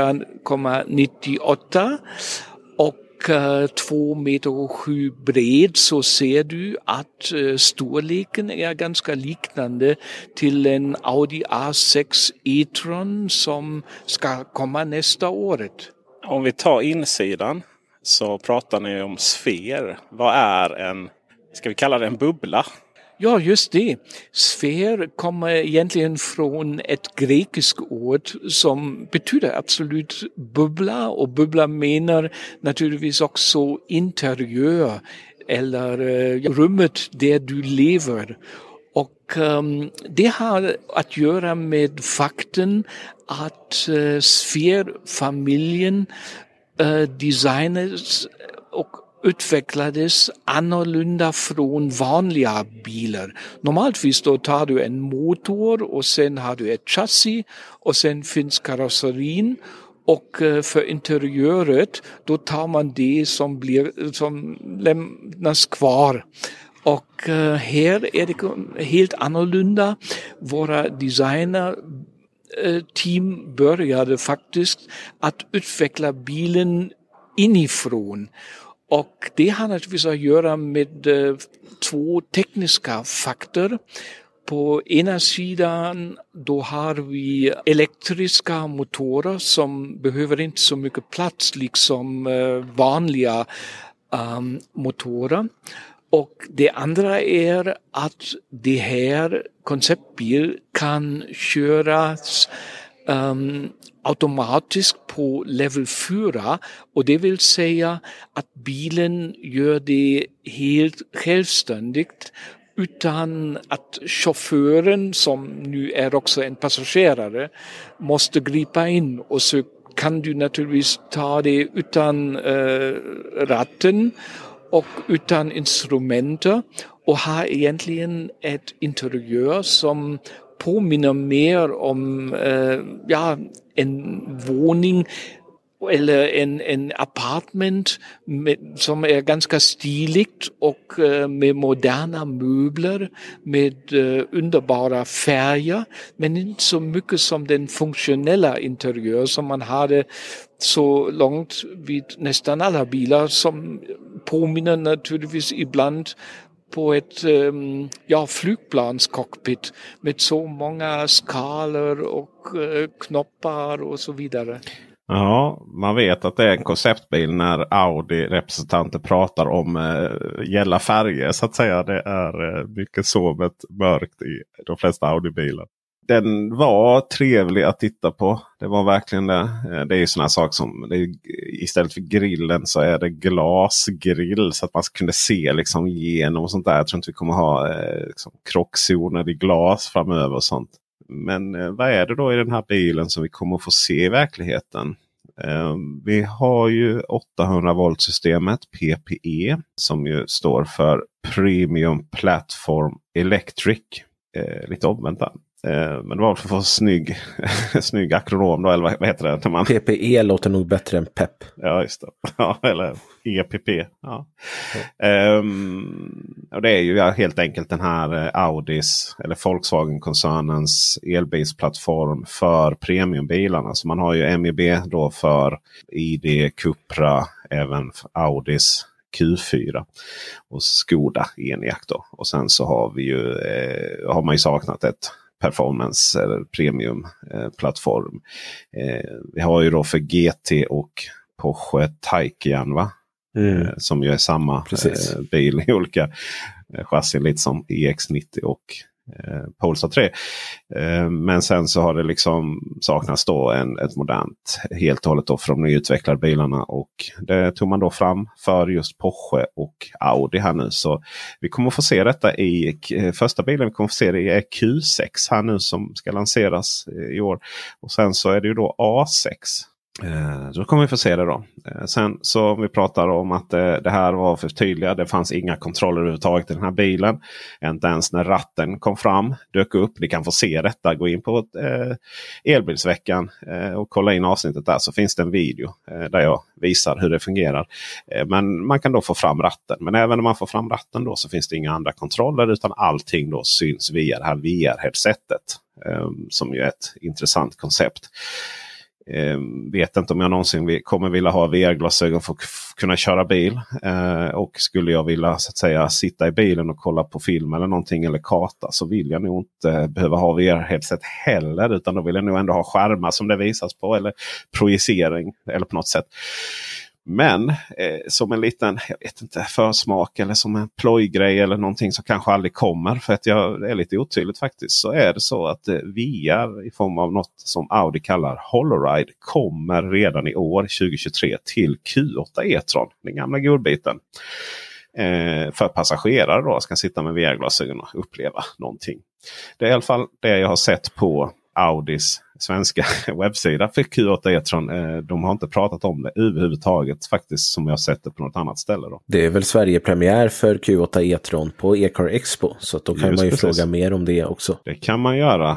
4,98 och 2,7 meter bred. Så ser du att storleken är ganska liknande till en Audi A6 e-tron som ska komma nästa året. Om vi tar insidan så pratar ni om sfär. Vad är ska vi kalla det en bubbla? Ja, just det. Sfär kommer egentligen från ett grekiskt ord som betyder absolut bubbla. Och bubbla menar naturligtvis också interiör eller rummet där du lever. Och det har att göra med fakten att Sphere-familjen designades och utvecklades annorlunda från vanliga bilar. Normaltvis då tar du en motor och sen har du ett chassi och sen finns karosserin. Och för interiöret då tar man det som lämnas kvar. Och här är det helt annorlunda. Våra designer team började faktiskt att utveckla bilen inifrån. Och det har naturligtvis att göra med 2 tekniska faktorer. På ena sidan då har vi elektriska motorer som behöver inte så mycket plats liksom vanliga motorer. Och det andra är att det här konceptbil kan köras automatiskt på level 4 och det vill säga att bilen gör det helt självständigt utan att chauffören, som nu är också en passagerare, måste gripa in. Och så kan du naturligtvis ta det utan ratten och utan instrumenter och ha egentligen ett interiör som påminner mer om en våning eller en apartment som är ganska stiligt och med moderna möbler, med underbara färger, men inte så mycket som den funktionella interiör som man hade så långt vid nästan alla bilar, som påminner naturligtvis ibland på ett flygplanscockpit med så många skalor och knoppar och så vidare. Ja, man vet att det är en konceptbil när Audi-representanter pratar om gälla färger så att säga. Det är mycket sovet mörkt i de flesta Audi-bilar. Den var trevlig att titta på. Det var verkligen det. Det är ju sådana saker som istället för grillen så är det glasgrill så att man kunde se liksom igenom och sånt där. Jag tror inte vi kommer ha krockzoner i glas framöver och sånt. Men vad är det då i den här bilen som vi kommer att få se i verkligheten? Vi har ju 800 volt systemet PPE som ju står för Premium Platform Electric. Lite omvänt där. Men det var för att få snygg akronym då, eller vad heter det? När man... PPE låter nog bättre än PEP. Ja, just det. Ja, eller EPP. Ja. Och det är ju helt enkelt den här Audis eller Volkswagen-koncernens elbilsplattform för premiumbilarna. Så man har ju MEB då för ID, Cupra, även för Audis Q4 och Skoda Enyaq då. Och sen så har man ju saknat ett performance eller premium plattform. Vi har ju då för GT och Porsche Taycan, va? Som ju är samma bil i olika chassin, lite som EX90 och Polestar 3. Men sen så har det liksom saknats då ett modernt helt och hållet då för de nyutvecklade bilarna, och det tog man då fram för just Porsche och Audi här nu. Så vi kommer få se detta i första bilen, vi kommer få se det i Q6 här nu som ska lanseras i år, och sen så är det ju då A6. Så kommer vi få se det då. Sen så vi pratar om att det här var för tydliga. Det fanns inga kontroller överhuvudtaget i den här bilen. Inte ens när ratten kom fram, dök upp. Ni kan få se detta. Gå in på Elbilsveckan och kolla in avsnittet där, så finns det en video där jag visar hur det fungerar. Men man kan då få fram ratten. Men även när man får fram ratten då så finns det inga andra kontroller, utan allting då syns via det här VR-headsetet. Som ju är ett intressant koncept. Vet inte om jag någonsin kommer vilja ha VR-glasögon för att kunna köra bil. Och skulle jag vilja så att säga sitta i bilen och kolla på film eller någonting eller karta, så vill jag nog inte behöva ha VR-headset heller, utan då vill jag nog ändå ha skärmar som det visas på eller projicering eller på något sätt. Men som en liten, jag vet inte, försmak eller som en plojgrej eller någonting som kanske aldrig kommer, för att jag är lite otydligt faktiskt, så är det så att VR i form av något som Audi kallar HoloRide kommer redan i år 2023 till Q8 e-tron, den gamla godbiten. För passagerare då ska sitta med VR-glasögon och uppleva någonting. Det är i alla fall det jag har sett på Audis svenska webbsida för Q8 e-tron. De har inte pratat om det överhuvudtaget faktiskt, som jag sett det på något annat ställe då. Det är väl Sverige-premiär för Q8 e-tron på E-car Expo, så att då kan man ju fråga mer om det också. Det kan man göra.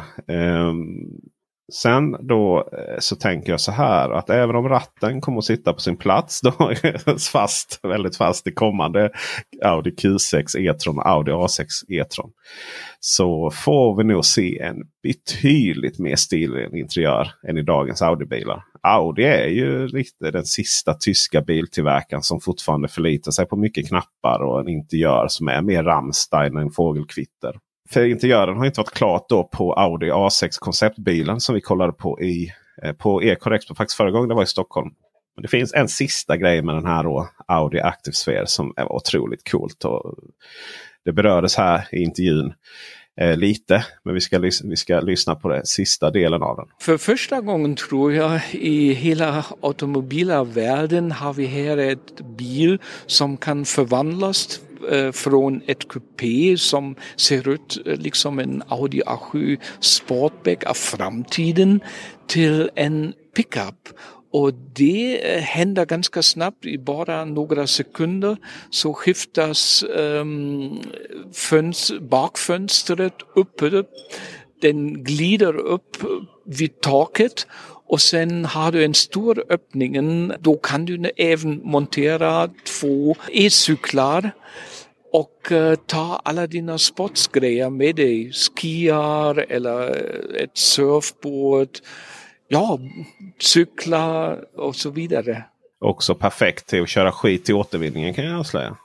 Sen då så tänker jag så här, att även om ratten kommer att sitta på sin plats då väldigt fast i kommande Audi Q6 e-tron och Audi A6 e-tron, så får vi nog se en betydligt mer stilig interiör än i dagens Audi-bilar. Audi är ju lite den sista tyska biltillverkaren som fortfarande förlitar sig på mycket knappar och en interiör som är mer Rammstein än fågelkvitter. För interiören har inte varit klart då på Audi A6 konceptbilen som vi kollade på på E-car Expo faktiskt förra gången, det var i Stockholm. Men det finns en sista grej med den här då, Audi Active Sphere, som är otroligt coolt. Och det berördes här i intervjun lite, men vi ska lyssna på den sista delen av den. För första gången tror jag i hela automobilavärlden har vi här ett bil som kan förvandlas från ett kupé som ser ut liksom en Audi A7 Sportback av framtiden till en pickup. Och det händer ganska snabbt, i bara några sekunder så skiftas bakfönstret upp. Den glider upp vid taket och sen har du en stor öppning. Då kan du även montera 2 e-cyklar och ta alla dina sportsgrejer med dig. Skier eller ett surfboard. Ja, cykla och så vidare. Också perfekt till att köra skit i återvinningen, kan jag avslöja.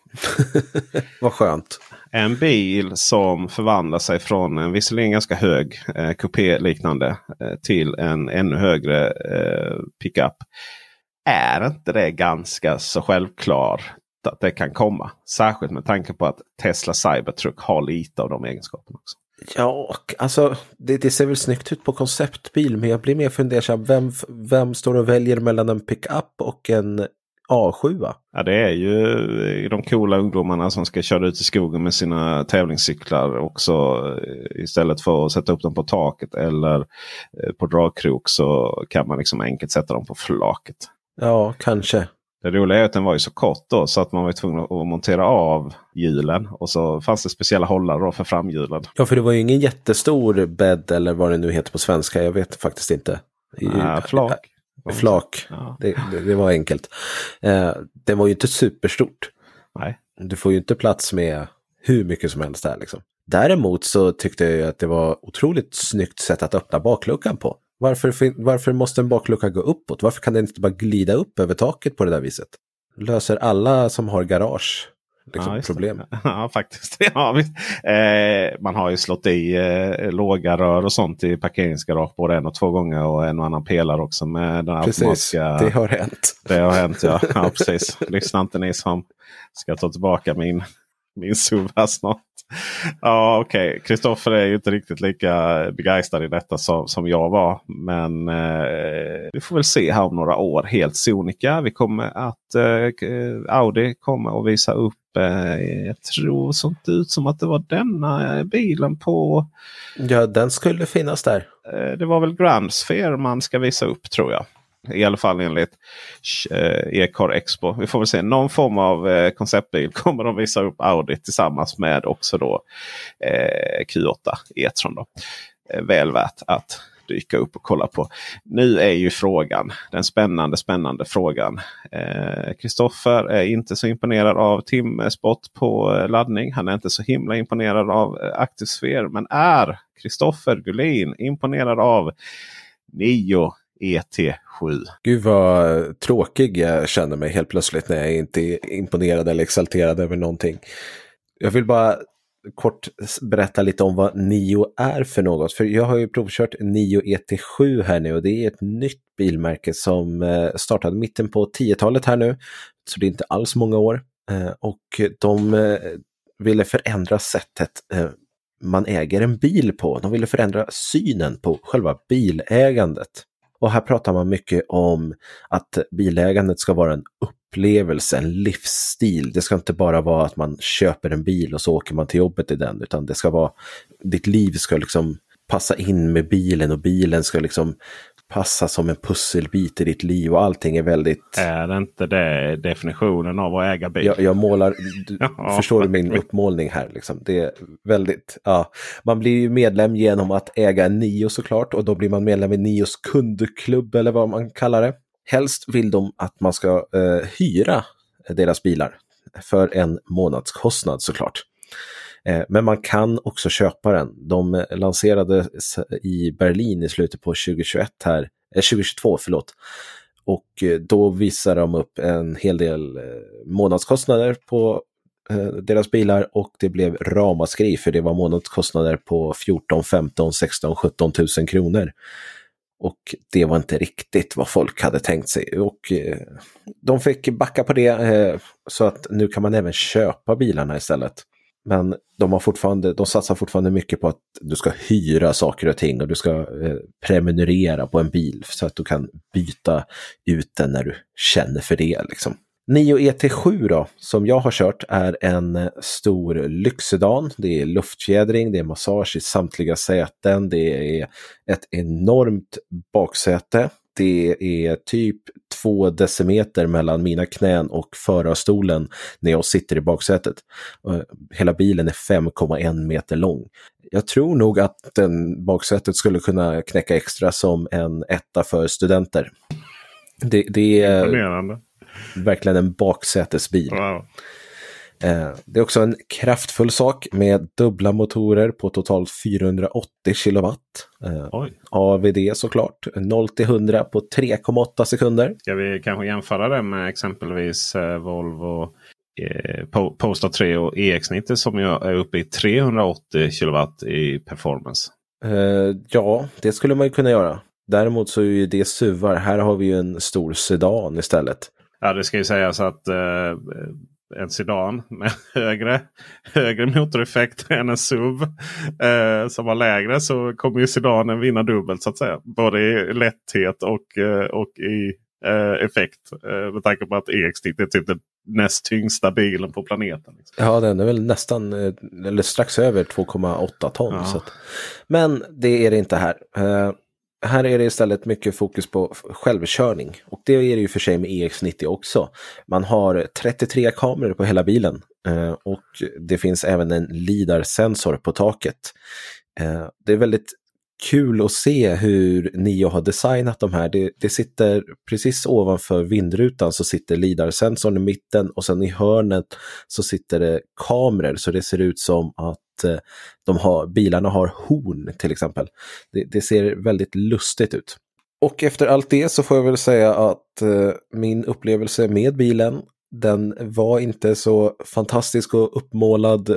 Vad skönt. En bil som förvandlar sig från en visserligen ganska hög kupé-liknande till en ännu högre pickup. Är inte det ganska så självklart att det kan komma? Särskilt med tanke på att Tesla Cybertruck har lite av de egenskaperna också. Ja, alltså det ser väl snyggt ut på konceptbil, men jag blir mer fundersam. Vem står och väljer mellan en pickup och en A7? Ja, det är ju de coola ungdomarna som ska köra ut i skogen med sina tävlingscyklar också. Istället för att sätta upp dem på taket eller på dragkrok så kan man liksom enkelt sätta dem på flaket. Ja, kanske. Det roliga är att den var ju så kort då så att man var tvungen att montera av hjulen. Och så fanns det speciella hållare då för framhjulen. Ja, för det var ju ingen jättestor bädd eller vad det nu heter på svenska. Jag vet faktiskt inte. Flak. Flak. Ja. Det var enkelt. Det var ju inte superstort. Nej. Du får ju inte plats med hur mycket som helst där liksom. Däremot så tyckte jag att det var otroligt snyggt sätt att öppna bakluckan på. Varför måste en baklucka gå uppåt? Varför kan den inte bara glida upp över taket på det där viset? Löser alla som har garage liksom problem. Ja, faktiskt. Ja, visst. Man har ju slått i låga rör och sånt i parkeringsgarage både 1 och 2 gånger och en och annan pelare också med den automatiska. Det har hänt. Det har hänt, ja. Ja, precis. Lyssna inte ni som ska ta tillbaka min SUV här snart. Ja, okej. Kristoffer är ju inte riktigt lika begeistrad i detta som jag var. Men vi får väl se här om några år. Helt sonika. Vi kommer att Audi kommer att visa upp. Jag tror sånt ut som att det var denna bilen på. Ja, den skulle finnas där. Det var väl Grand Sphere man ska visa upp, tror jag. I alla fall enligt E-car Expo. Vi får väl se. Någon form av konceptbil kommer de visa upp Audi tillsammans med också då Q8 e-tron då. Väl värt att dyka upp och kolla på. Nu är ju frågan, den spännande frågan. Kristoffer är inte så imponerad av timspot på laddning. Han är inte så himla imponerad av ActiveSphere. Men är Kristoffer Gullin imponerad av NIO ET7? Gud vad tråkig jag känner mig helt plötsligt när jag inte är imponerad eller exalterad över någonting. Jag vill bara kort berätta lite om vad NIO är för något. För jag har ju provkört NIO ET7 här nu och det är ett nytt bilmärke som startade mitten på 10-talet här nu. Så det är inte alls många år. Och de ville förändra sättet man äger en bil på. De ville förändra synen på själva bilägandet. Och här pratar man mycket om att bilägandet ska vara en upplevelse, en livsstil. Det ska inte bara vara att man köper en bil och så åker man till jobbet i den. Utan det ska vara, ditt liv ska liksom passa in med bilen och bilen ska liksom passa som en pusselbit i ditt liv och allting är väldigt... Är det inte det definitionen av att äga bil? Jag målar, förstår du min uppmålning här liksom. Det är väldigt, ja. Man blir ju medlem genom att äga en NIO såklart och då blir man medlem i NIOs kundklubb eller vad man kallar det. Helst vill de att man ska hyra deras bilar för en månadskostnad såklart. Men man kan också köpa den. De lanserades i Berlin i slutet på 2022 förlåt. Och då visar de upp en hel del månadskostnader på deras bilar och det blev ramaskri för det var månadskostnader på 14, 15, 16, 17 000 kronor. Och det var inte riktigt vad folk hade tänkt sig. Och de fick backa på det så att nu kan man även köpa bilarna istället. Men de satsar fortfarande mycket på att du ska hyra saker och ting och du ska prenumerera på en bil så att du kan byta ut den när du känner för det liksom. Nio ET7 då, som jag har kört, är en stor lyxsedan. Det är luftfjädring, det är massage i samtliga säten, det är ett enormt baksäte. Det är typ 2 decimeter mellan mina knän och förarstolen när jag sitter i baksätet. Hela bilen är 5,1 meter lång. Jag tror nog att den baksätet skulle kunna knäcka extra som en etta för studenter. Det är imponerande. Verkligen en baksätesbil. Wow. Det är också en kraftfull sak med dubbla motorer på totalt 480 kilowatt. AVD såklart. 0-100 på 3,8 sekunder. Ska vi kanske jämföra det med exempelvis Volvo Polestar 3 och EX90 som är uppe i 380 kilowatt i performance? Ja, det skulle man ju kunna göra. Däremot så är ju det SUVar. Här har vi ju en stor sedan istället. Ja, det ska ju sägas att en sedan med högre motoreffekt än en SUV som var lägre, så kommer ju sedanen vinna dubbelt så att säga. Både i lätthet och i effekt. Med tanke på att EX90 är typ den näst tyngsta bilen på planeten. Liksom. Ja, den är väl nästan eller strax över 2,8 ton. Ja. Så att, men det är det inte här. Här är det istället mycket fokus på självkörning. Och det är det ju för sig med EX90 också. Man har 33 kameror på hela bilen. Och det finns även en LiDAR-sensor på taket. Det är väldigt kul att se hur Nio har designat de här. Det sitter precis ovanför vindrutan, så sitter LiDAR-sensorn i mitten, och sen i hörnet så sitter det kameror, så det ser ut som att bilarna har horn till exempel. Det ser väldigt lustigt ut. Och efter allt det så får jag väl säga att min upplevelse med bilen, den var inte så fantastisk och uppmålad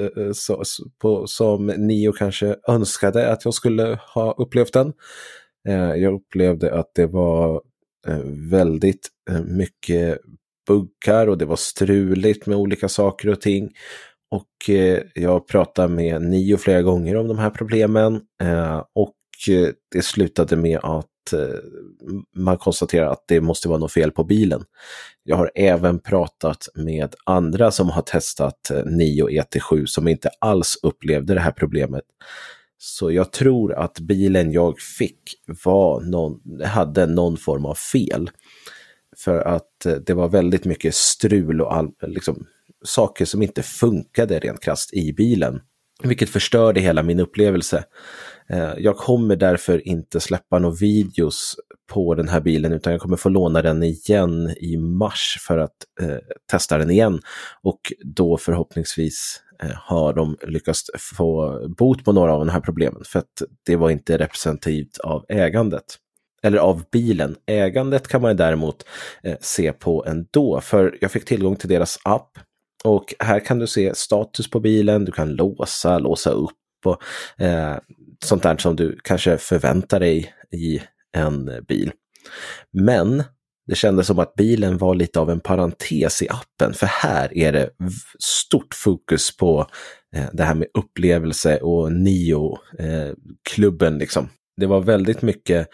som Nio kanske önskade att jag skulle ha upplevt den. Jag upplevde att det var väldigt mycket buggar och det var struligt med olika saker och ting. Och jag pratade med Nio flera gånger om de här problemen och det slutade med att man konstaterar att det måste vara något fel på bilen. Jag har även pratat med andra som har testat Nio ET7 som inte alls upplevde det här problemet. Så jag tror att bilen jag fick hade någon form av fel. För att det var väldigt mycket strul och saker som inte funkade rent krasst i bilen. Vilket förstörde hela min upplevelse. Jag kommer därför inte släppa några videos på den här bilen, utan jag kommer få låna den igen i mars för att testa den igen. Och då förhoppningsvis har de lyckats få bot på några av de här problemen. För att det var inte representativt av ägandet. Eller av bilen. Ägandet kan man däremot se på ändå. För jag fick tillgång till deras app. Och här kan du se status på bilen, du kan låsa upp och sånt där som du kanske förväntar dig i en bil. Men det kändes som att bilen var lite av en parentes i appen, för här är det stort fokus på det här med upplevelse och Nio-klubben liksom. Det var väldigt mycket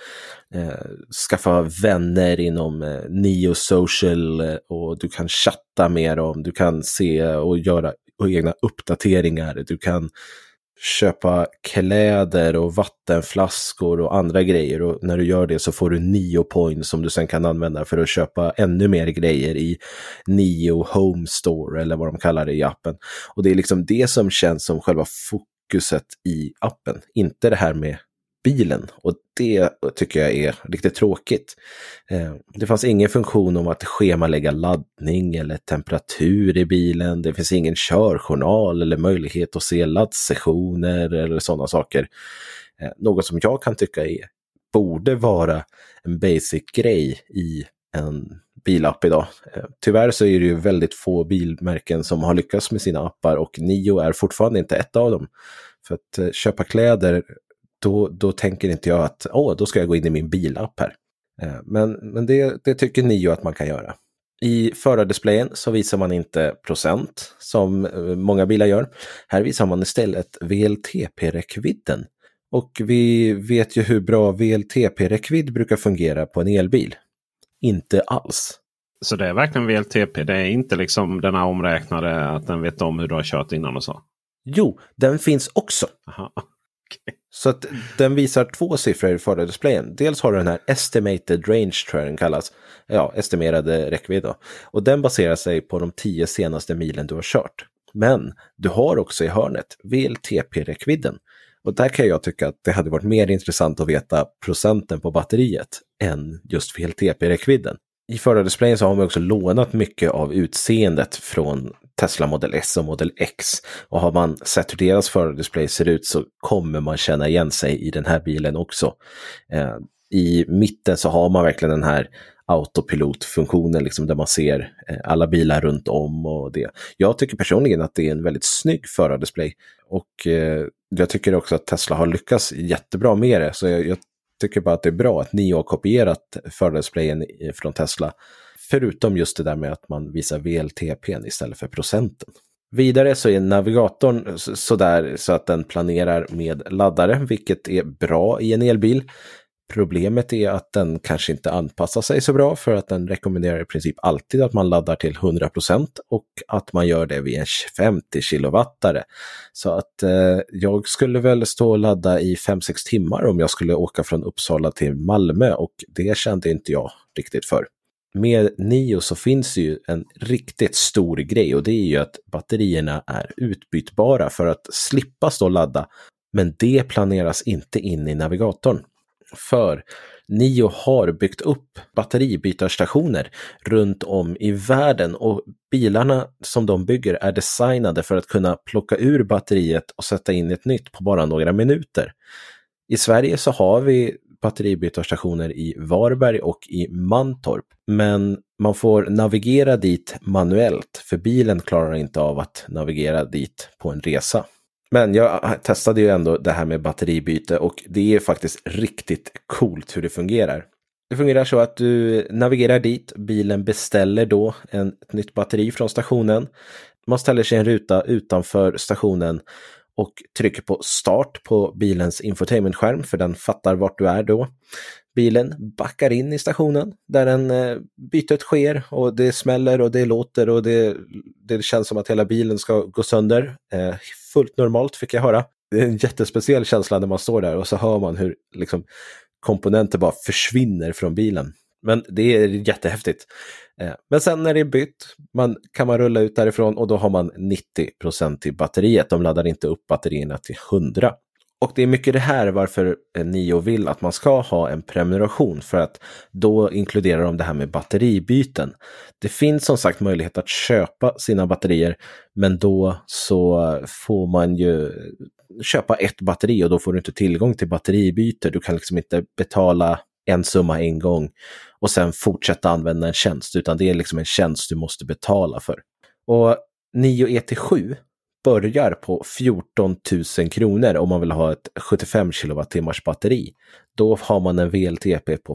skaffa vänner inom Nio Social och du kan chatta med dem, du kan se och göra egna uppdateringar, du kan köpa kläder och vattenflaskor och andra grejer, och när du gör det så får du Nio points som du sen kan använda för att köpa ännu mer grejer i Nio Home Store eller vad de kallar det i appen. Och det är liksom det som känns som själva fokuset i appen, inte det här med bilen, och det tycker jag är riktigt tråkigt. Det fanns ingen funktion om att schemalägga laddning eller temperatur i bilen. Det finns ingen körjournal eller möjlighet att se laddsessioner eller sådana saker. Något som jag kan tycka borde vara en basic grej i en bilapp idag. Tyvärr så är det ju väldigt få bilmärken som har lyckats med sina appar, och Nio är fortfarande inte ett av dem. För att köpa kläder, då tänker inte jag att då ska jag gå in i min bilapp här. Men det tycker Nio att man kan göra. I förardisplayen så visar man inte procent som många bilar gör. Här visar man istället VLTP-räckvidden. Och vi vet ju hur bra VLTP-räckvidd brukar fungera på en elbil. Inte alls. Så det är verkligen VLTP? Det är inte liksom den här omräknade att den vet om hur du har kört innan och så? Jo, den finns också. Aha. Okay. Så att den visar 2 siffror i fördisplayen. Dels har du den här estimated range, tror jag den kallas. Ja, estimerade räckvidd då. Och den baserar sig på de 10 senaste milen du har kört. Men du har också i hörnet VLTP-räckvidden. Och där kan jag tycka att det hade varit mer intressant att veta procenten på batteriet än just VLTP-räckvidden. I fördisplayen så har man också lånat mycket av utseendet från Tesla Model S och Model X. Och har man sett hur deras fördisplay ser ut så kommer man känna igen sig i den här bilen också. I mitten så har man verkligen den här autopilot-funktionen liksom, där man ser alla bilar runt om och det. Jag tycker personligen att det är en väldigt snygg fördisplay. Och jag tycker också att Tesla har lyckats jättebra med det. Så jag tycker bara att det är bra att ni har kopierat fördisplayen från Tesla. Förutom just det där med att man visar VLTP:n istället för procenten. Vidare så är navigatorn sådär så att den planerar med laddare, vilket är bra i en elbil. Problemet är att den kanske inte anpassar sig så bra, för att den rekommenderar i princip alltid att man laddar till 100% och att man gör det vid en 50 kilowattare. Så att jag skulle väl stå och ladda i 5-6 timmar om jag skulle åka från Uppsala till Malmö, och det kände inte jag riktigt för. Med NIO så finns det ju en riktigt stor grej, och det är ju att batterierna är utbytbara för att slippa stå och ladda, men det planeras inte in i navigatorn. För NIO har byggt upp batteribytarstationer runt om i världen, och bilarna som de bygger är designade för att kunna plocka ur batteriet och sätta in ett nytt på bara några minuter. I Sverige så har vi batteribytarstationer i Varberg och i Mantorp, men man får navigera dit manuellt, för bilen klarar inte av att navigera dit på en resa. Men jag testade ju ändå det här med batteribyte, och det är faktiskt riktigt coolt hur det fungerar. Det fungerar så att du navigerar dit, bilen beställer då ett nytt batteri från stationen. Man ställer sig en ruta utanför stationen och trycker på start på bilens infotainmentskärm, för den fattar vart du är då. Bilen backar in i stationen där bytet sker, och det smäller och det låter och det känns som att hela bilen ska gå sönder. Fullt normalt fick jag höra. Det är en jättespeciell känsla när man står där och så hör man hur liksom komponenter bara försvinner från bilen. Men det är jättehäftigt. Men sen när det är bytt kan man rulla ut därifrån, och då har man 90% i batteriet. De laddar inte upp batterierna till 100%. Och det är mycket det här varför NIO vill att man ska ha en prenumeration, för att då inkluderar de det här med batteribyten. Det finns som sagt möjlighet att köpa sina batterier, men då så får man ju köpa ett batteri, och då får du inte tillgång till batteribyte. Du kan liksom inte betala en summa en gång och sen fortsätta använda en tjänst, utan det är liksom en tjänst du måste betala för. Och NIO ET7 börjar på 14 000 kronor om man vill ha ett 75 kWh batteri. Då har man en VLTP på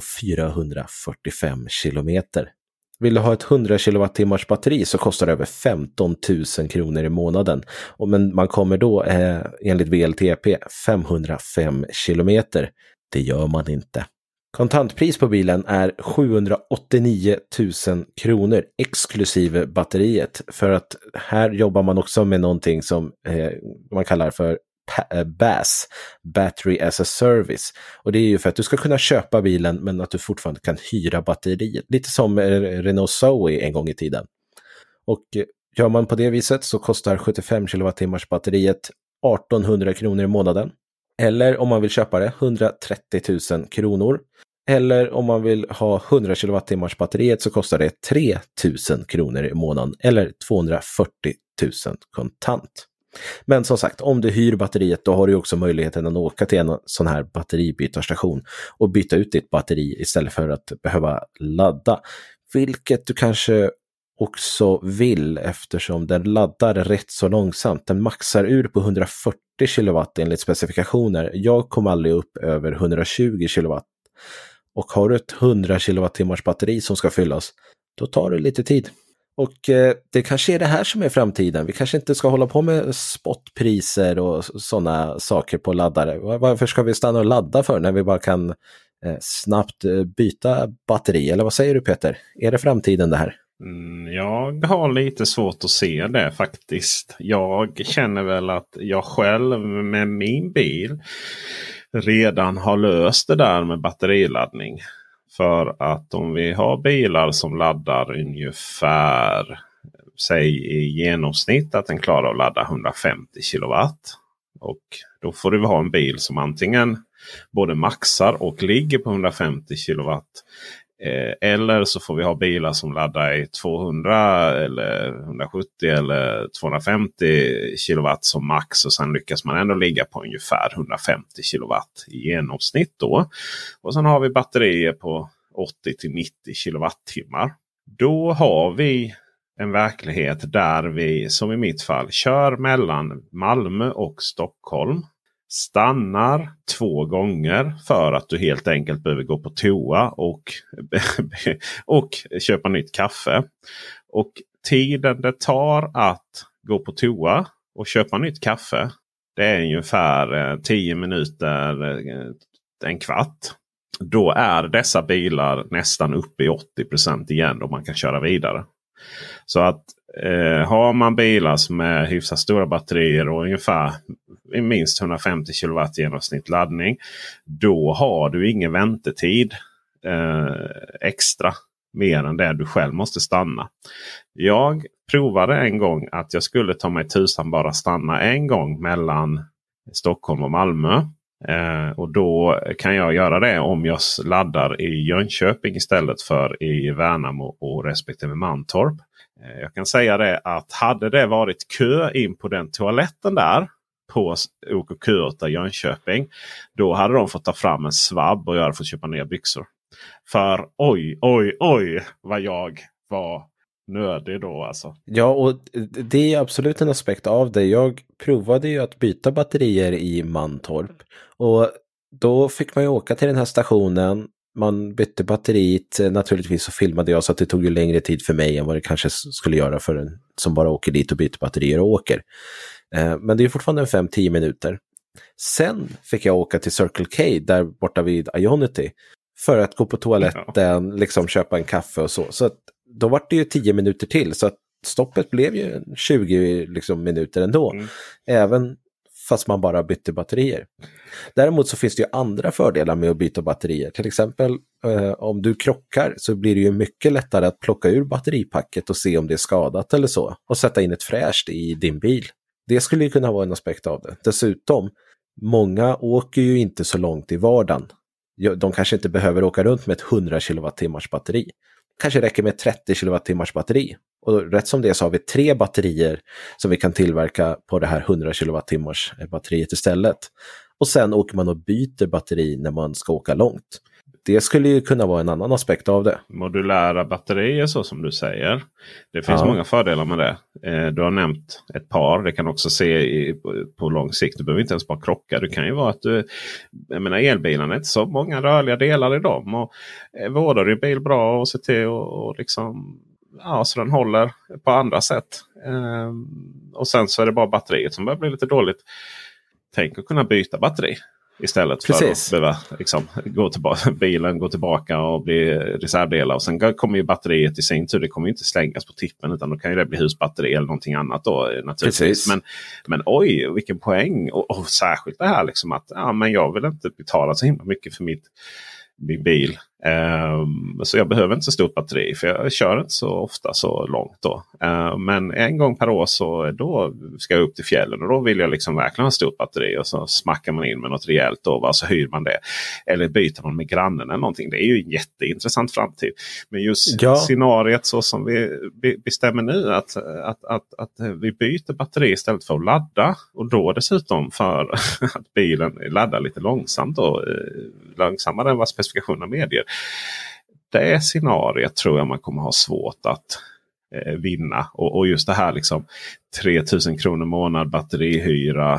445 kilometer. Vill du ha ett 100 kWh batteri så kostar det över 15 000 kronor i månaden. Men man kommer då enligt VLTP 505 kilometer. Det gör man inte. Kontantpris på bilen är 789 000 kronor exklusive batteriet, för att här jobbar man också med någonting som man kallar för BAS, Battery as a Service, och det är ju för att du ska kunna köpa bilen men att du fortfarande kan hyra batteriet, lite som Renault Zoe en gång i tiden. Och gör man på det viset så kostar 75 kWh batteriet 1800 kronor i månaden. Eller om man vill köpa det 130 000 kronor. Eller om man vill ha 100 kWh batteriet så kostar det 3 000 kronor i månaden. Eller 240 000 kontant. Men som sagt, om du hyr batteriet då har du också möjligheten att åka till en sån här batteribytarstation och byta ut ditt batteri istället för att behöva ladda. Vilket du kanske också vill, eftersom den laddar rätt så långsamt. Den maxar ur på 140 kW enligt specifikationer. Jag kom aldrig upp över 120 kW. Och har du ett 100 kWh batteri som ska fyllas, då tar det lite tid. Och det kanske är det här som är framtiden. Vi kanske inte ska hålla på med spotpriser och sådana saker på laddare. Varför ska vi stanna och ladda för när vi bara kan snabbt byta batteri. Eller vad säger du, Peter? Är det framtiden det här? Jag har lite svårt att se det faktiskt. Jag känner väl att jag själv med min bil redan har löst det där med batteriladdning. För att om vi har bilar som laddar ungefär, säg i genomsnitt att den klarar att ladda 150 kilowatt. Och då får du ha en bil som antingen både maxar och ligger på 150 kilowatt. Eller så får vi ha bilar som laddar i 200 eller 170 eller 250 kilowatt som max. Och sen lyckas man ändå ligga på ungefär 150 kilowatt i genomsnitt då. Och sen har vi batterier på 80 till 90 kilowattimmar. Då har vi en verklighet där vi, som i mitt fall, kör mellan Malmö och Stockholm. Stannar 2 gånger för att du helt enkelt behöver gå på toa och köpa nytt kaffe. Och tiden det tar att gå på toa och köpa nytt kaffe, det är ungefär 10 minuter, en kvart. Då är dessa bilar nästan uppe i 80% igen och man kan köra vidare. Så att har man bilar som är hyfsat stora batterier och ungefär minst 150 kilowatt genomsnitt laddning, då har du ingen väntetid extra mer än det du själv måste stanna. Jag provade en gång att jag skulle ta mig tusan bara stanna en gång mellan Stockholm och Malmö. Och då kan jag göra det om jag laddar i Jönköping istället för i Värnamo och respektive Mantorp. Jag kan säga det att hade det varit kö in på den toaletten där på OKQ8 Jönköping, då hade de fått ta fram en svabb och jag hade fått köpa nya byxor. För oj vad jag var nödig då alltså. Ja, och det är absolut en aspekt av det. Jag provade ju att byta batterier i Mantorp och då fick man ju åka till den här stationen. Man bytte batteriet, naturligtvis så filmade jag så att det tog ju längre tid för mig än vad det kanske skulle göra för en som bara åker dit och byter batterier och åker. Men det är ju fortfarande 5-10 minuter. Sen fick jag åka till Circle K där borta vid Ionity för att gå på toaletten, liksom köpa en kaffe och så. Så att då var det ju 10 minuter till, så att stoppet blev ju 20 minuter ändå. Även fast man bara bytte batterier. Däremot så finns det ju andra fördelar med att byta batterier. Till exempel om du krockar så blir det ju mycket lättare att plocka ur batteripacket och se om det är skadat eller så. Och sätta in ett fräscht i din bil. Det skulle ju kunna vara en aspekt av det. Dessutom, många åker ju inte så långt i vardagen. De kanske inte behöver åka runt med ett 100 kWh batteri. Kanske räcker med 30 kWh batteri. Och rätt som det så har vi 3 batterier som vi kan tillverka på det här 100 kWh batteriet istället. Och sen åker man och byter batteri när man ska åka långt. Det skulle ju kunna vara en annan aspekt av det. Modulära batterier så som du säger. Det finns många fördelar med det. Du har nämnt ett par. Det kan också se på lång sikt. Du behöver inte ens bara krocka. Det kan ju vara att elbilarna är inte så många rörliga delar i dem. Och vårdar din bil bra och se till och liksom, så den håller på andra sätt. Och sen så är det bara batteriet som börjar bli lite dåligt. Tänk att kunna byta batteri. Istället för att behöva bilen gå tillbaka och bli reservdelar. Och sen kommer ju batteriet i sin tur. Det kommer ju inte slängas på tippen. Utan då kan ju det bli husbatteri eller någonting annat då naturligtvis. Men oj, vilken poäng. Och särskilt det här liksom att men jag vill inte betala så himla mycket för min bil. Så jag behöver inte så stort batteri. För jag kör inte så ofta så långt då. Men en gång per år så då ska jag upp till fjällen. Och då vill jag liksom verkligen ha stort batteri. Och så smackar man in med något rejält då. Så hyr man det. Eller byter man med grannen eller någonting. Det är ju en jätteintressant framtid. Men just scenariet så som vi bestämmer nu. Att vi byter batteri istället för att ladda. Och då dessutom för att bilen laddar lite långsamt. Och långsammare än vad specifikationen medger. Det scenariet tror jag man kommer ha svårt att vinna. Och just det här liksom 3000 kronor månad batterihyra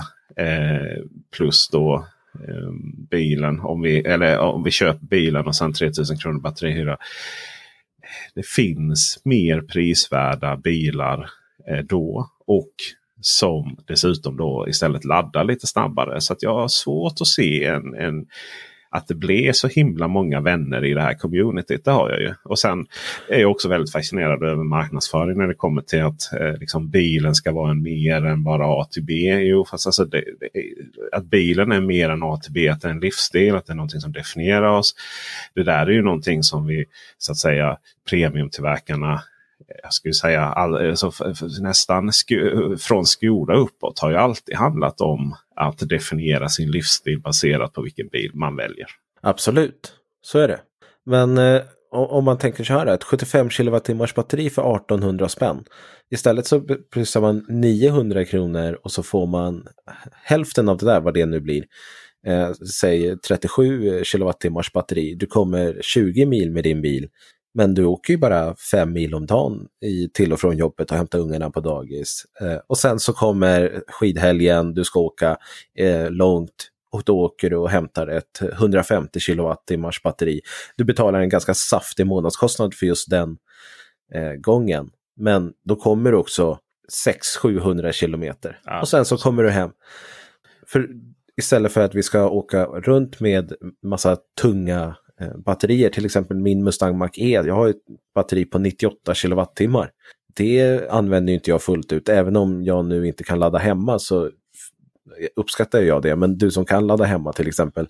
plus då bilen. Om vi köper bilen och sen 3000 kronor batterihyra. Det finns mer prisvärda bilar då. Och som dessutom då istället laddar lite snabbare. Så att jag har svårt att se att det blir så himla många vänner i det här communityt. Det har jag ju. Och sen är jag också väldigt fascinerad över marknadsföring när det kommer till att liksom bilen ska vara mer än bara A till B. Jo, fast alltså att bilen är mer än A till B, att det är en livsstil, att det är någonting som definierar oss. Det där är ju någonting som vi, så att säga, premiumtillverkarna, jag skulle säga nästan från Skoda uppåt har ju alltid handlat om att definiera sin livsstil baserat på vilken bil man väljer. Absolut, så är det. Men om man tänker så här, ett 75 kWh batteri för 1800 spänn. Istället så prisar man 900 kronor och så får man hälften av det där, vad det nu blir. Säg 37 kWh batteri. Du kommer 20 mil med din bil. Men du åker ju bara 5 mil om dagen till och från jobbet och hämtar ungarna på dagis. Och sen så kommer skidhelgen, du ska åka långt och då åker du och hämtar ett 150 kWh batteri. Du betalar en ganska saftig månadskostnad för just den gången. Men då kommer du också 600-700 kilometer. Ja. Och sen så kommer du hem. För istället för att vi ska åka runt med massa tunga batterier, till exempel min Mustang Mach-E, jag har ett batteri på 98 kilowattimmar. Det använder inte jag fullt ut, även om jag nu inte kan ladda hemma så uppskattar jag det, men du som kan ladda hemma till exempel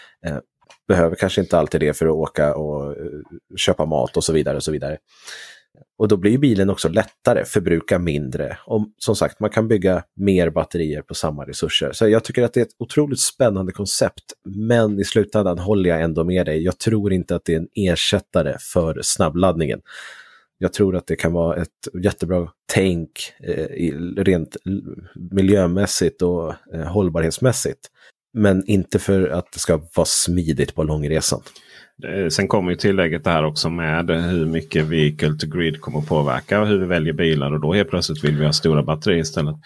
behöver kanske inte alltid det för att åka och köpa mat och så vidare och så vidare. Och då blir bilen också lättare, förbruka mindre. Och som sagt, man kan bygga mer batterier på samma resurser. Så jag tycker att det är ett otroligt spännande koncept. Men i slutändan håller jag ändå med dig. Jag tror inte att det är en ersättare för snabbladdningen. Jag tror att det kan vara ett jättebra tänk rent miljömässigt och hållbarhetsmässigt. Men inte för att det ska vara smidigt på långresan. Sen kommer ju tillägget här också med hur mycket vehicle to grid kommer att påverka och hur vi väljer bilar. Och då helt plötsligt vill vi ha stora batterier istället.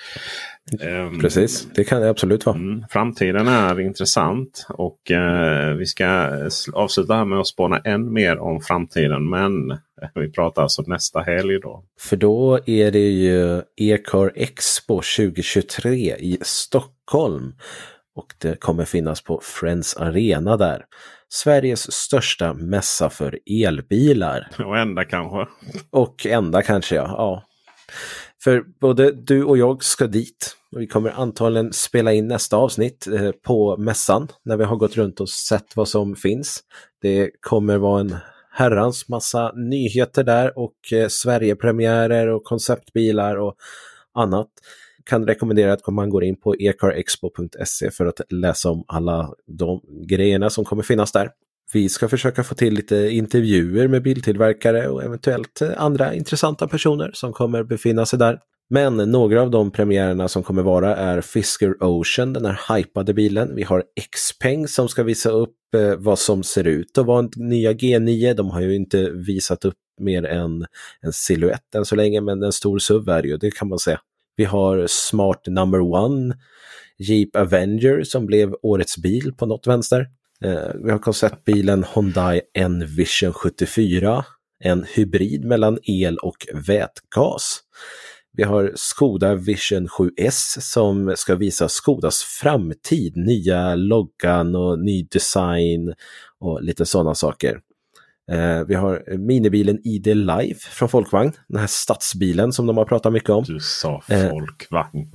Precis, det kan det absolut vara. Framtiden är intressant och vi ska avsluta här med att spåna än mer om framtiden. Men vi pratar alltså nästa helg då. För då är det ju E-car Expo 2023 i Stockholm. Och det kommer finnas på Friends Arena där. Sveriges största mässa för elbilar. Och enda kanske. Och enda kanske, ja. För både du och jag ska dit. Och vi kommer antagligen spela in nästa avsnitt på mässan. När vi har gått runt och sett vad som finns. Det kommer vara en herrans massa nyheter där. Och Sverigepremiärer och konceptbilar och annat. Kan rekommendera att man går in på ecarexpo.se för att läsa om alla de grejerna som kommer finnas där. Vi ska försöka få till lite intervjuer med biltillverkare och eventuellt andra intressanta personer som kommer befinna sig där. Men några av de premiärerna som kommer vara är Fisker Ocean, den här hypade bilen. Vi har Xpeng som ska visa upp vad som ser ut att vara en nya G9. De har ju inte visat upp mer än en silhuett än så länge, men en stor SUV är ju, det kan man säga. Vi har Smart Number One, Jeep Avenger som blev årets bil på något vänster. Vi har konceptbilen Hyundai Envision 74, en hybrid mellan el och vätgas. Vi har Skoda Vision 7S som ska visa Skodas framtid, nya loggan och ny design och lite sådana saker. Vi har minibilen ID Life från Folkvagn. Den här stadsbilen som de har pratat mycket om. Du sa Folkvagn.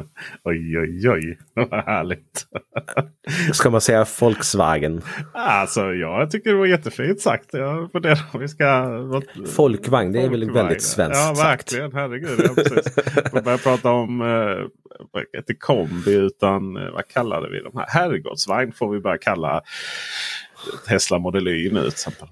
Oj. Vad härligt. Ska man säga Volkswagen? Alltså jag tycker det var jättefint sagt. Vi ska... Folkvagn, det är väl väldigt svenskt sagt. Ja, verkligen. Sagt. Herregud. Ja, precis. Vi börjar prata om inte kombi utan vad kallade vi de här? Herrgårdsvagn får vi bara kalla Tesla Model Y nu till exempel.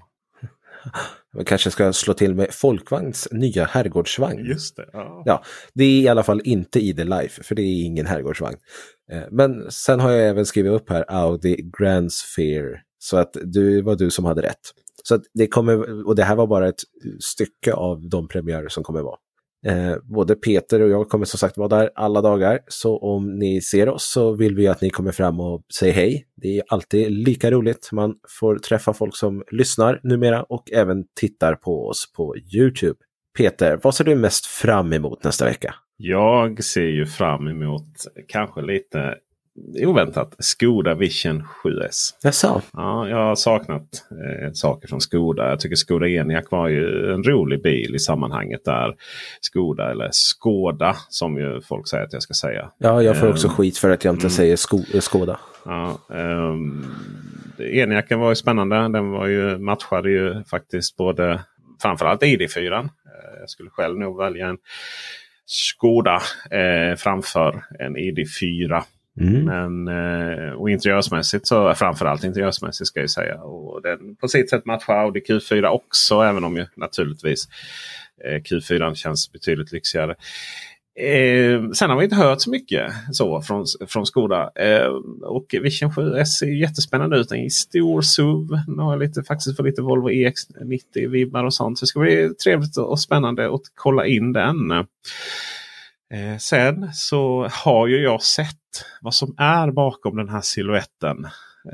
Man kanske ska slå till med Folkvagns nya herrgårdsvagn. Just det, ja. Det är i alla fall inte ID Life, för det är ingen herrgårdsvagn. Men sen har jag även skrivit upp här Audi Grand Sphere. Så att det var du som hade rätt. Så att det kommer, och det här var bara ett stycke av de premiärer som kommer vara. Både Peter och jag kommer som sagt vara där alla dagar. Så om ni ser oss så vill vi att ni kommer fram och säger hej. Det är alltid lika roligt. Man får träffa folk som lyssnar numera och även tittar på oss på YouTube. Peter, vad ser du mest fram emot nästa vecka? Jag ser ju fram emot kanske lite oväntat Skoda Vision 7S. Jaså? Ja, jag har saknat saker från Skoda. Jag tycker Skoda Enyaq var ju en rolig bil i sammanhanget där. Skoda eller Skoda som ju folk säger att jag ska säga. Ja, jag får också skit för att jag inte säger Skoda. Ja, Enyaqen var ju spännande. Den var ju, matchade ju faktiskt både framförallt ID4. Jag skulle själv nog välja en Skoda framför en ID4. Men och interiörsmässigt så framförallt interiörsmässigt ska jag säga. Och den på sitt sätt matchar Audi Q4 också, även om ju naturligtvis Q4 känns betydligt lyxigare. Sen har vi inte hört så mycket så från Skoda. Och Vision 7S ser jättespännande ut. En stor SUV. Nu har jag faktiskt för lite Volvo EX90-vibbar och sånt. Så det ska bli trevligt och spännande att kolla in den. Sen så har ju jag sett vad som är bakom den här siluetten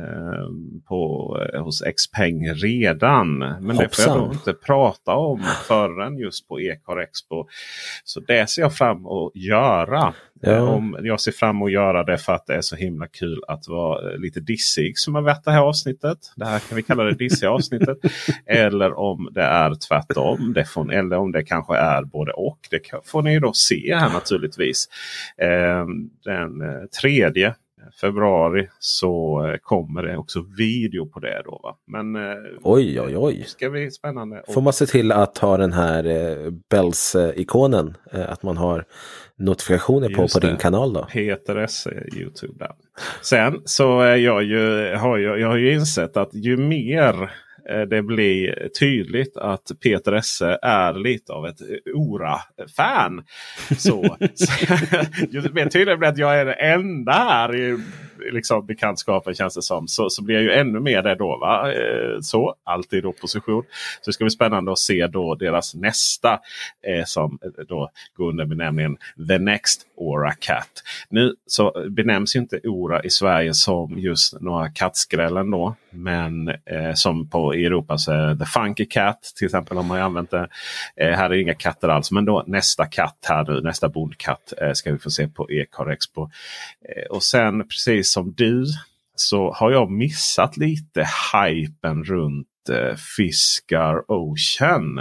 hos Xpeng redan. Men det får jag då inte prata om förrän just på E-car Expo. Så det ser jag fram att göra. Jag ser fram att göra det för att det är så himla kul att vara lite dissig som har varit det här avsnittet. Det här kan vi kalla det dissiga avsnittet. Eller om det är tvärtom. Eller om det kanske är både och. Det får ni då se här naturligtvis. Den 3 februari så kommer det också video på det då, va? Men oj. Ska bli spännande. Får man se till att ha den här bells-ikonen, att man har notifikationer på din kanal då? Peter S. YouTube där. Sen så är jag har ju insett att ju mer det blir tydligt att Peter Esse är lite av ett Ora-fan. Så ju mer tydligt blir att jag är det enda här i liksom bekantskapen, känns det som. Så blir jag ju ännu mer det då, va? Så, alltid opposition. Så det ska bli spännande att se då deras nästa som då går under benämningen The Next Ora Cat. Nu så benämns ju inte Ora i Sverige som just några kattskrällen då. Men som på i Europa så är The Funky Cat till exempel, har man ju använt det. Här är inga katter alls, men då nästa katt här nu, nästa bondkatt ska vi få se på E-car Expo. Och sen precis som du så har jag missat lite hypen runt Fisker Ocean.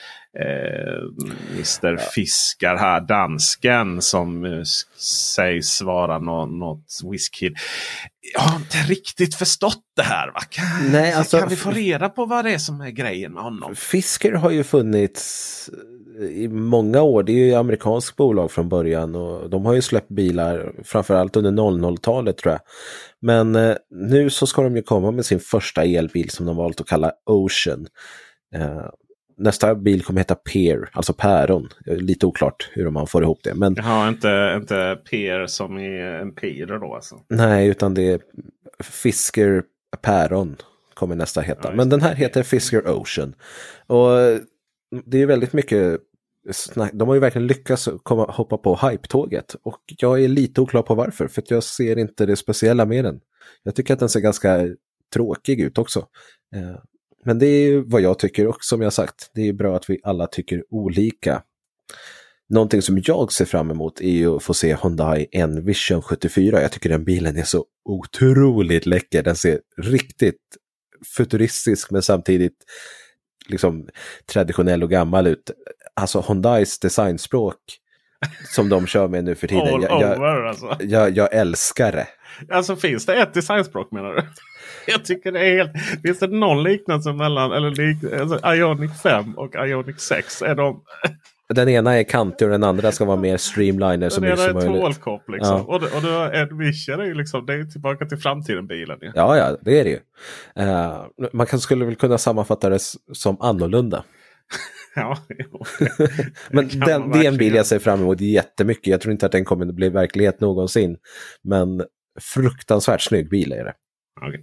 Mr. Fisker här, dansken som sägs vara något whisky. Jag har inte riktigt förstått det här, va? Nej, alltså, kan vi få reda på vad det är som är grejen med honom? Fisker har ju funnits i många år. Det är ju ett amerikanskt bolag från början och de har ju släppt bilar framförallt under 00-talet tror jag. Men nu så ska de ju komma med sin första elbil som de valt att kalla Ocean. Nästa bil kommer heta Pear, alltså päron. Lite oklart hur man får ihop det. Men jaha, inte Pear som i en pir då alltså? Nej, utan det är Fisker päron kommer nästa heta. Men den här heter Fisker Ocean. Och det är väldigt mycket snack. De har ju verkligen lyckats hoppa på hype-tåget. Och jag är lite oklar på varför. För att jag ser inte det speciella med den. Jag tycker att den ser ganska tråkig ut också. Men det är ju vad jag tycker, och som jag sagt, det är bra att vi alla tycker olika. Någonting som jag ser fram emot är ju att få se Hyundai Envision 74. Jag tycker den bilen är så otroligt läcker. Den ser riktigt futuristisk men samtidigt liksom traditionell och gammal ut. Alltså Hyundais designspråk som de kör med nu för tiden. Jag älskar det. Alltså finns det ett designspråk menar du? Jag tycker det är helt... Finns det någon liknande mellan alltså Ioniq 5 och Ioniq 6? Är de... Den ena är kantig och den andra ska vara mer streamliner som möjligt. Den ena är tvålkopp liksom. Ja. Och då Envision är ju liksom, det är tillbaka till framtiden-bilen. Ja, det är det ju. Man skulle väl kunna sammanfatta det som annorlunda. Ja, men det är en bil jag ser fram emot jättemycket. Jag tror inte att den kommer att bli verklighet någonsin. Men fruktansvärt snygg bil är det. Okay.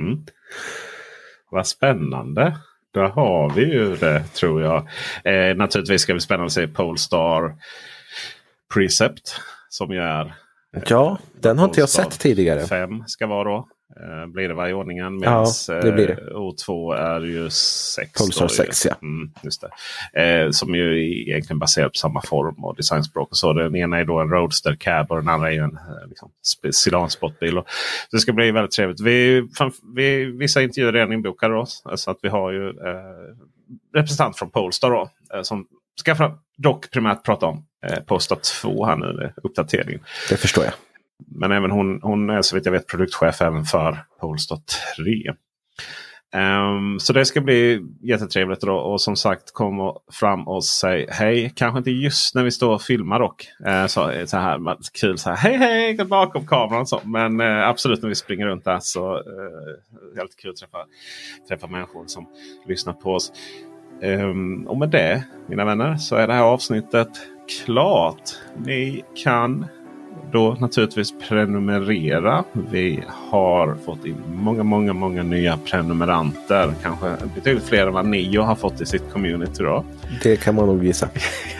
Vad spännande. Då har vi ju det, tror jag. Naturligtvis ska vi spännande se Polestar Precept som ju är Ja, den har inte jag sett tidigare. 5 ska vara då. Blir det var i ordningen. Ja, det blir det. O2 är ju 6. Polestar 6, ja. Just det. Som ju egentligen baserar på samma form och designspråk. Och så. Den ena är då en Roadster Cab och den andra är ju en sedan-sportbil. Det ska bli väldigt trevligt. Vissa intervjuer redan inbokade då. Så att vi har ju representant från Polestar då. Som ska dock primärt prata om Polestar 2 här nu, uppdateringen. Det förstår jag. Men även hon är så vitt jag vet produktchef även för Polestar 3. Så det ska bli jättetrevligt då. Och som sagt, kom fram och säg hej. Kanske inte just när vi står och filmar dock. Så här kul så här hej bakom kameran och så. Men absolut när vi springer runt där så helt kul att träffa människor som lyssnar på oss. Och med det, mina vänner, så är det här avsnittet klart. Ni kan då naturligtvis prenumerera. Vi har fått in många nya prenumeranter. Kanske betydligt fler än vad Nio har fått i sitt community då. Det kan man nog gissa.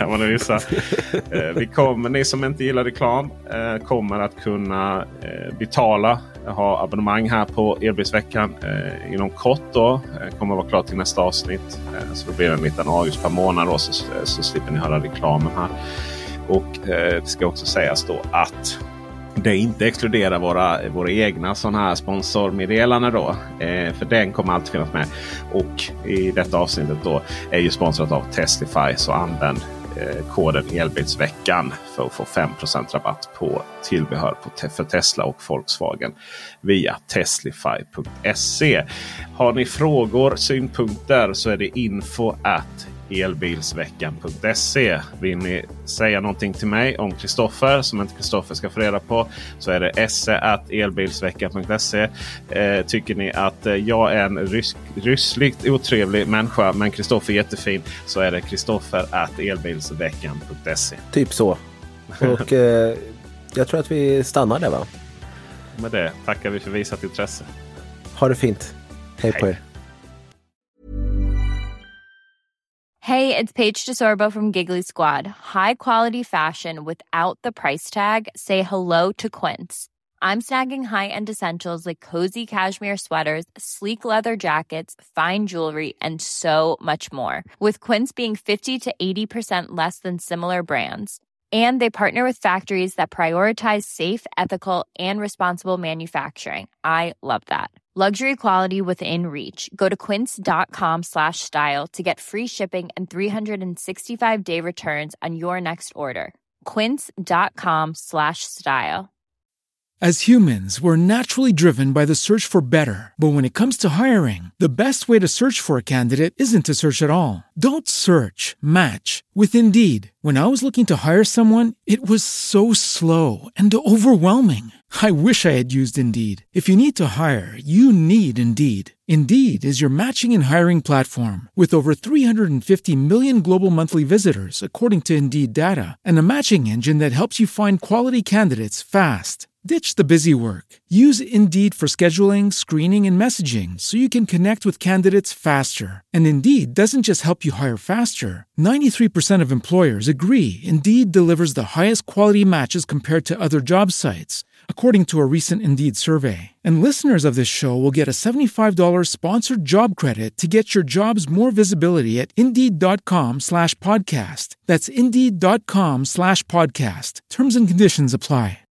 Ni som inte gillar reklam kommer att kunna betala. Ha abonnemang här på Elbilsveckan inom kort då. Kommer att vara klart till nästa avsnitt. Så det blir en liten avgift per månad då, så slipper ni höra reklamen här. Och det ska också sägas då att det inte exkluderar våra egna sådana här sponsormeddelanden då. För den kommer alltid finnas med. Och i detta avsnittet då är ju sponsrat av Testify. Så använd koden Elbilsveckan för att få 5% rabatt på tillbehör för Tesla och Volkswagen via teslify.se. Har ni frågor, synpunkter så är det info@elbilsveckan.se. Vill ni säga någonting till mig om Kristoffer som inte Kristoffer ska få reda på, så är det se@elbilsveckan.se. Tycker ni att jag är en ryssligt otrevlig människa men Kristoffer är jättefin, så är det Kristoffer@elbilsveckan.se. Typ så. Och jag tror att vi stannar där, va? Med det tackar vi för visat intresse. Ha det fint. Hej på er. Hey, it's Paige DeSorbo from Giggly Squad. High quality fashion without the price tag. Say hello to Quince. I'm snagging high-end essentials like cozy cashmere sweaters, sleek leather jackets, fine jewelry, and so much more. With Quince being 50 to 80% less than similar brands. And they partner with factories that prioritize safe, ethical, and responsible manufacturing. I love that. Luxury quality within reach. Go to quince.com/style to get free shipping and 365-day returns on your next order. Quince.com/style. As humans, we're naturally driven by the search for better. But when it comes to hiring, the best way to search for a candidate isn't to search at all. Don't search, match with Indeed. When I was looking to hire someone, it was so slow and overwhelming. I wish I had used Indeed. If you need to hire, you need Indeed. Indeed is your matching and hiring platform with over 350 million global monthly visitors, according to Indeed data, and a matching engine that helps you find quality candidates fast. Ditch the busy work. Use Indeed for scheduling, screening, and messaging so you can connect with candidates faster. And Indeed doesn't just help you hire faster. 93% of employers agree Indeed delivers the highest quality matches compared to other job sites, according to a recent Indeed survey. And listeners of this show will get a $75 sponsored job credit to get your jobs more visibility at Indeed.com/podcast. That's Indeed.com/podcast. Terms and conditions apply.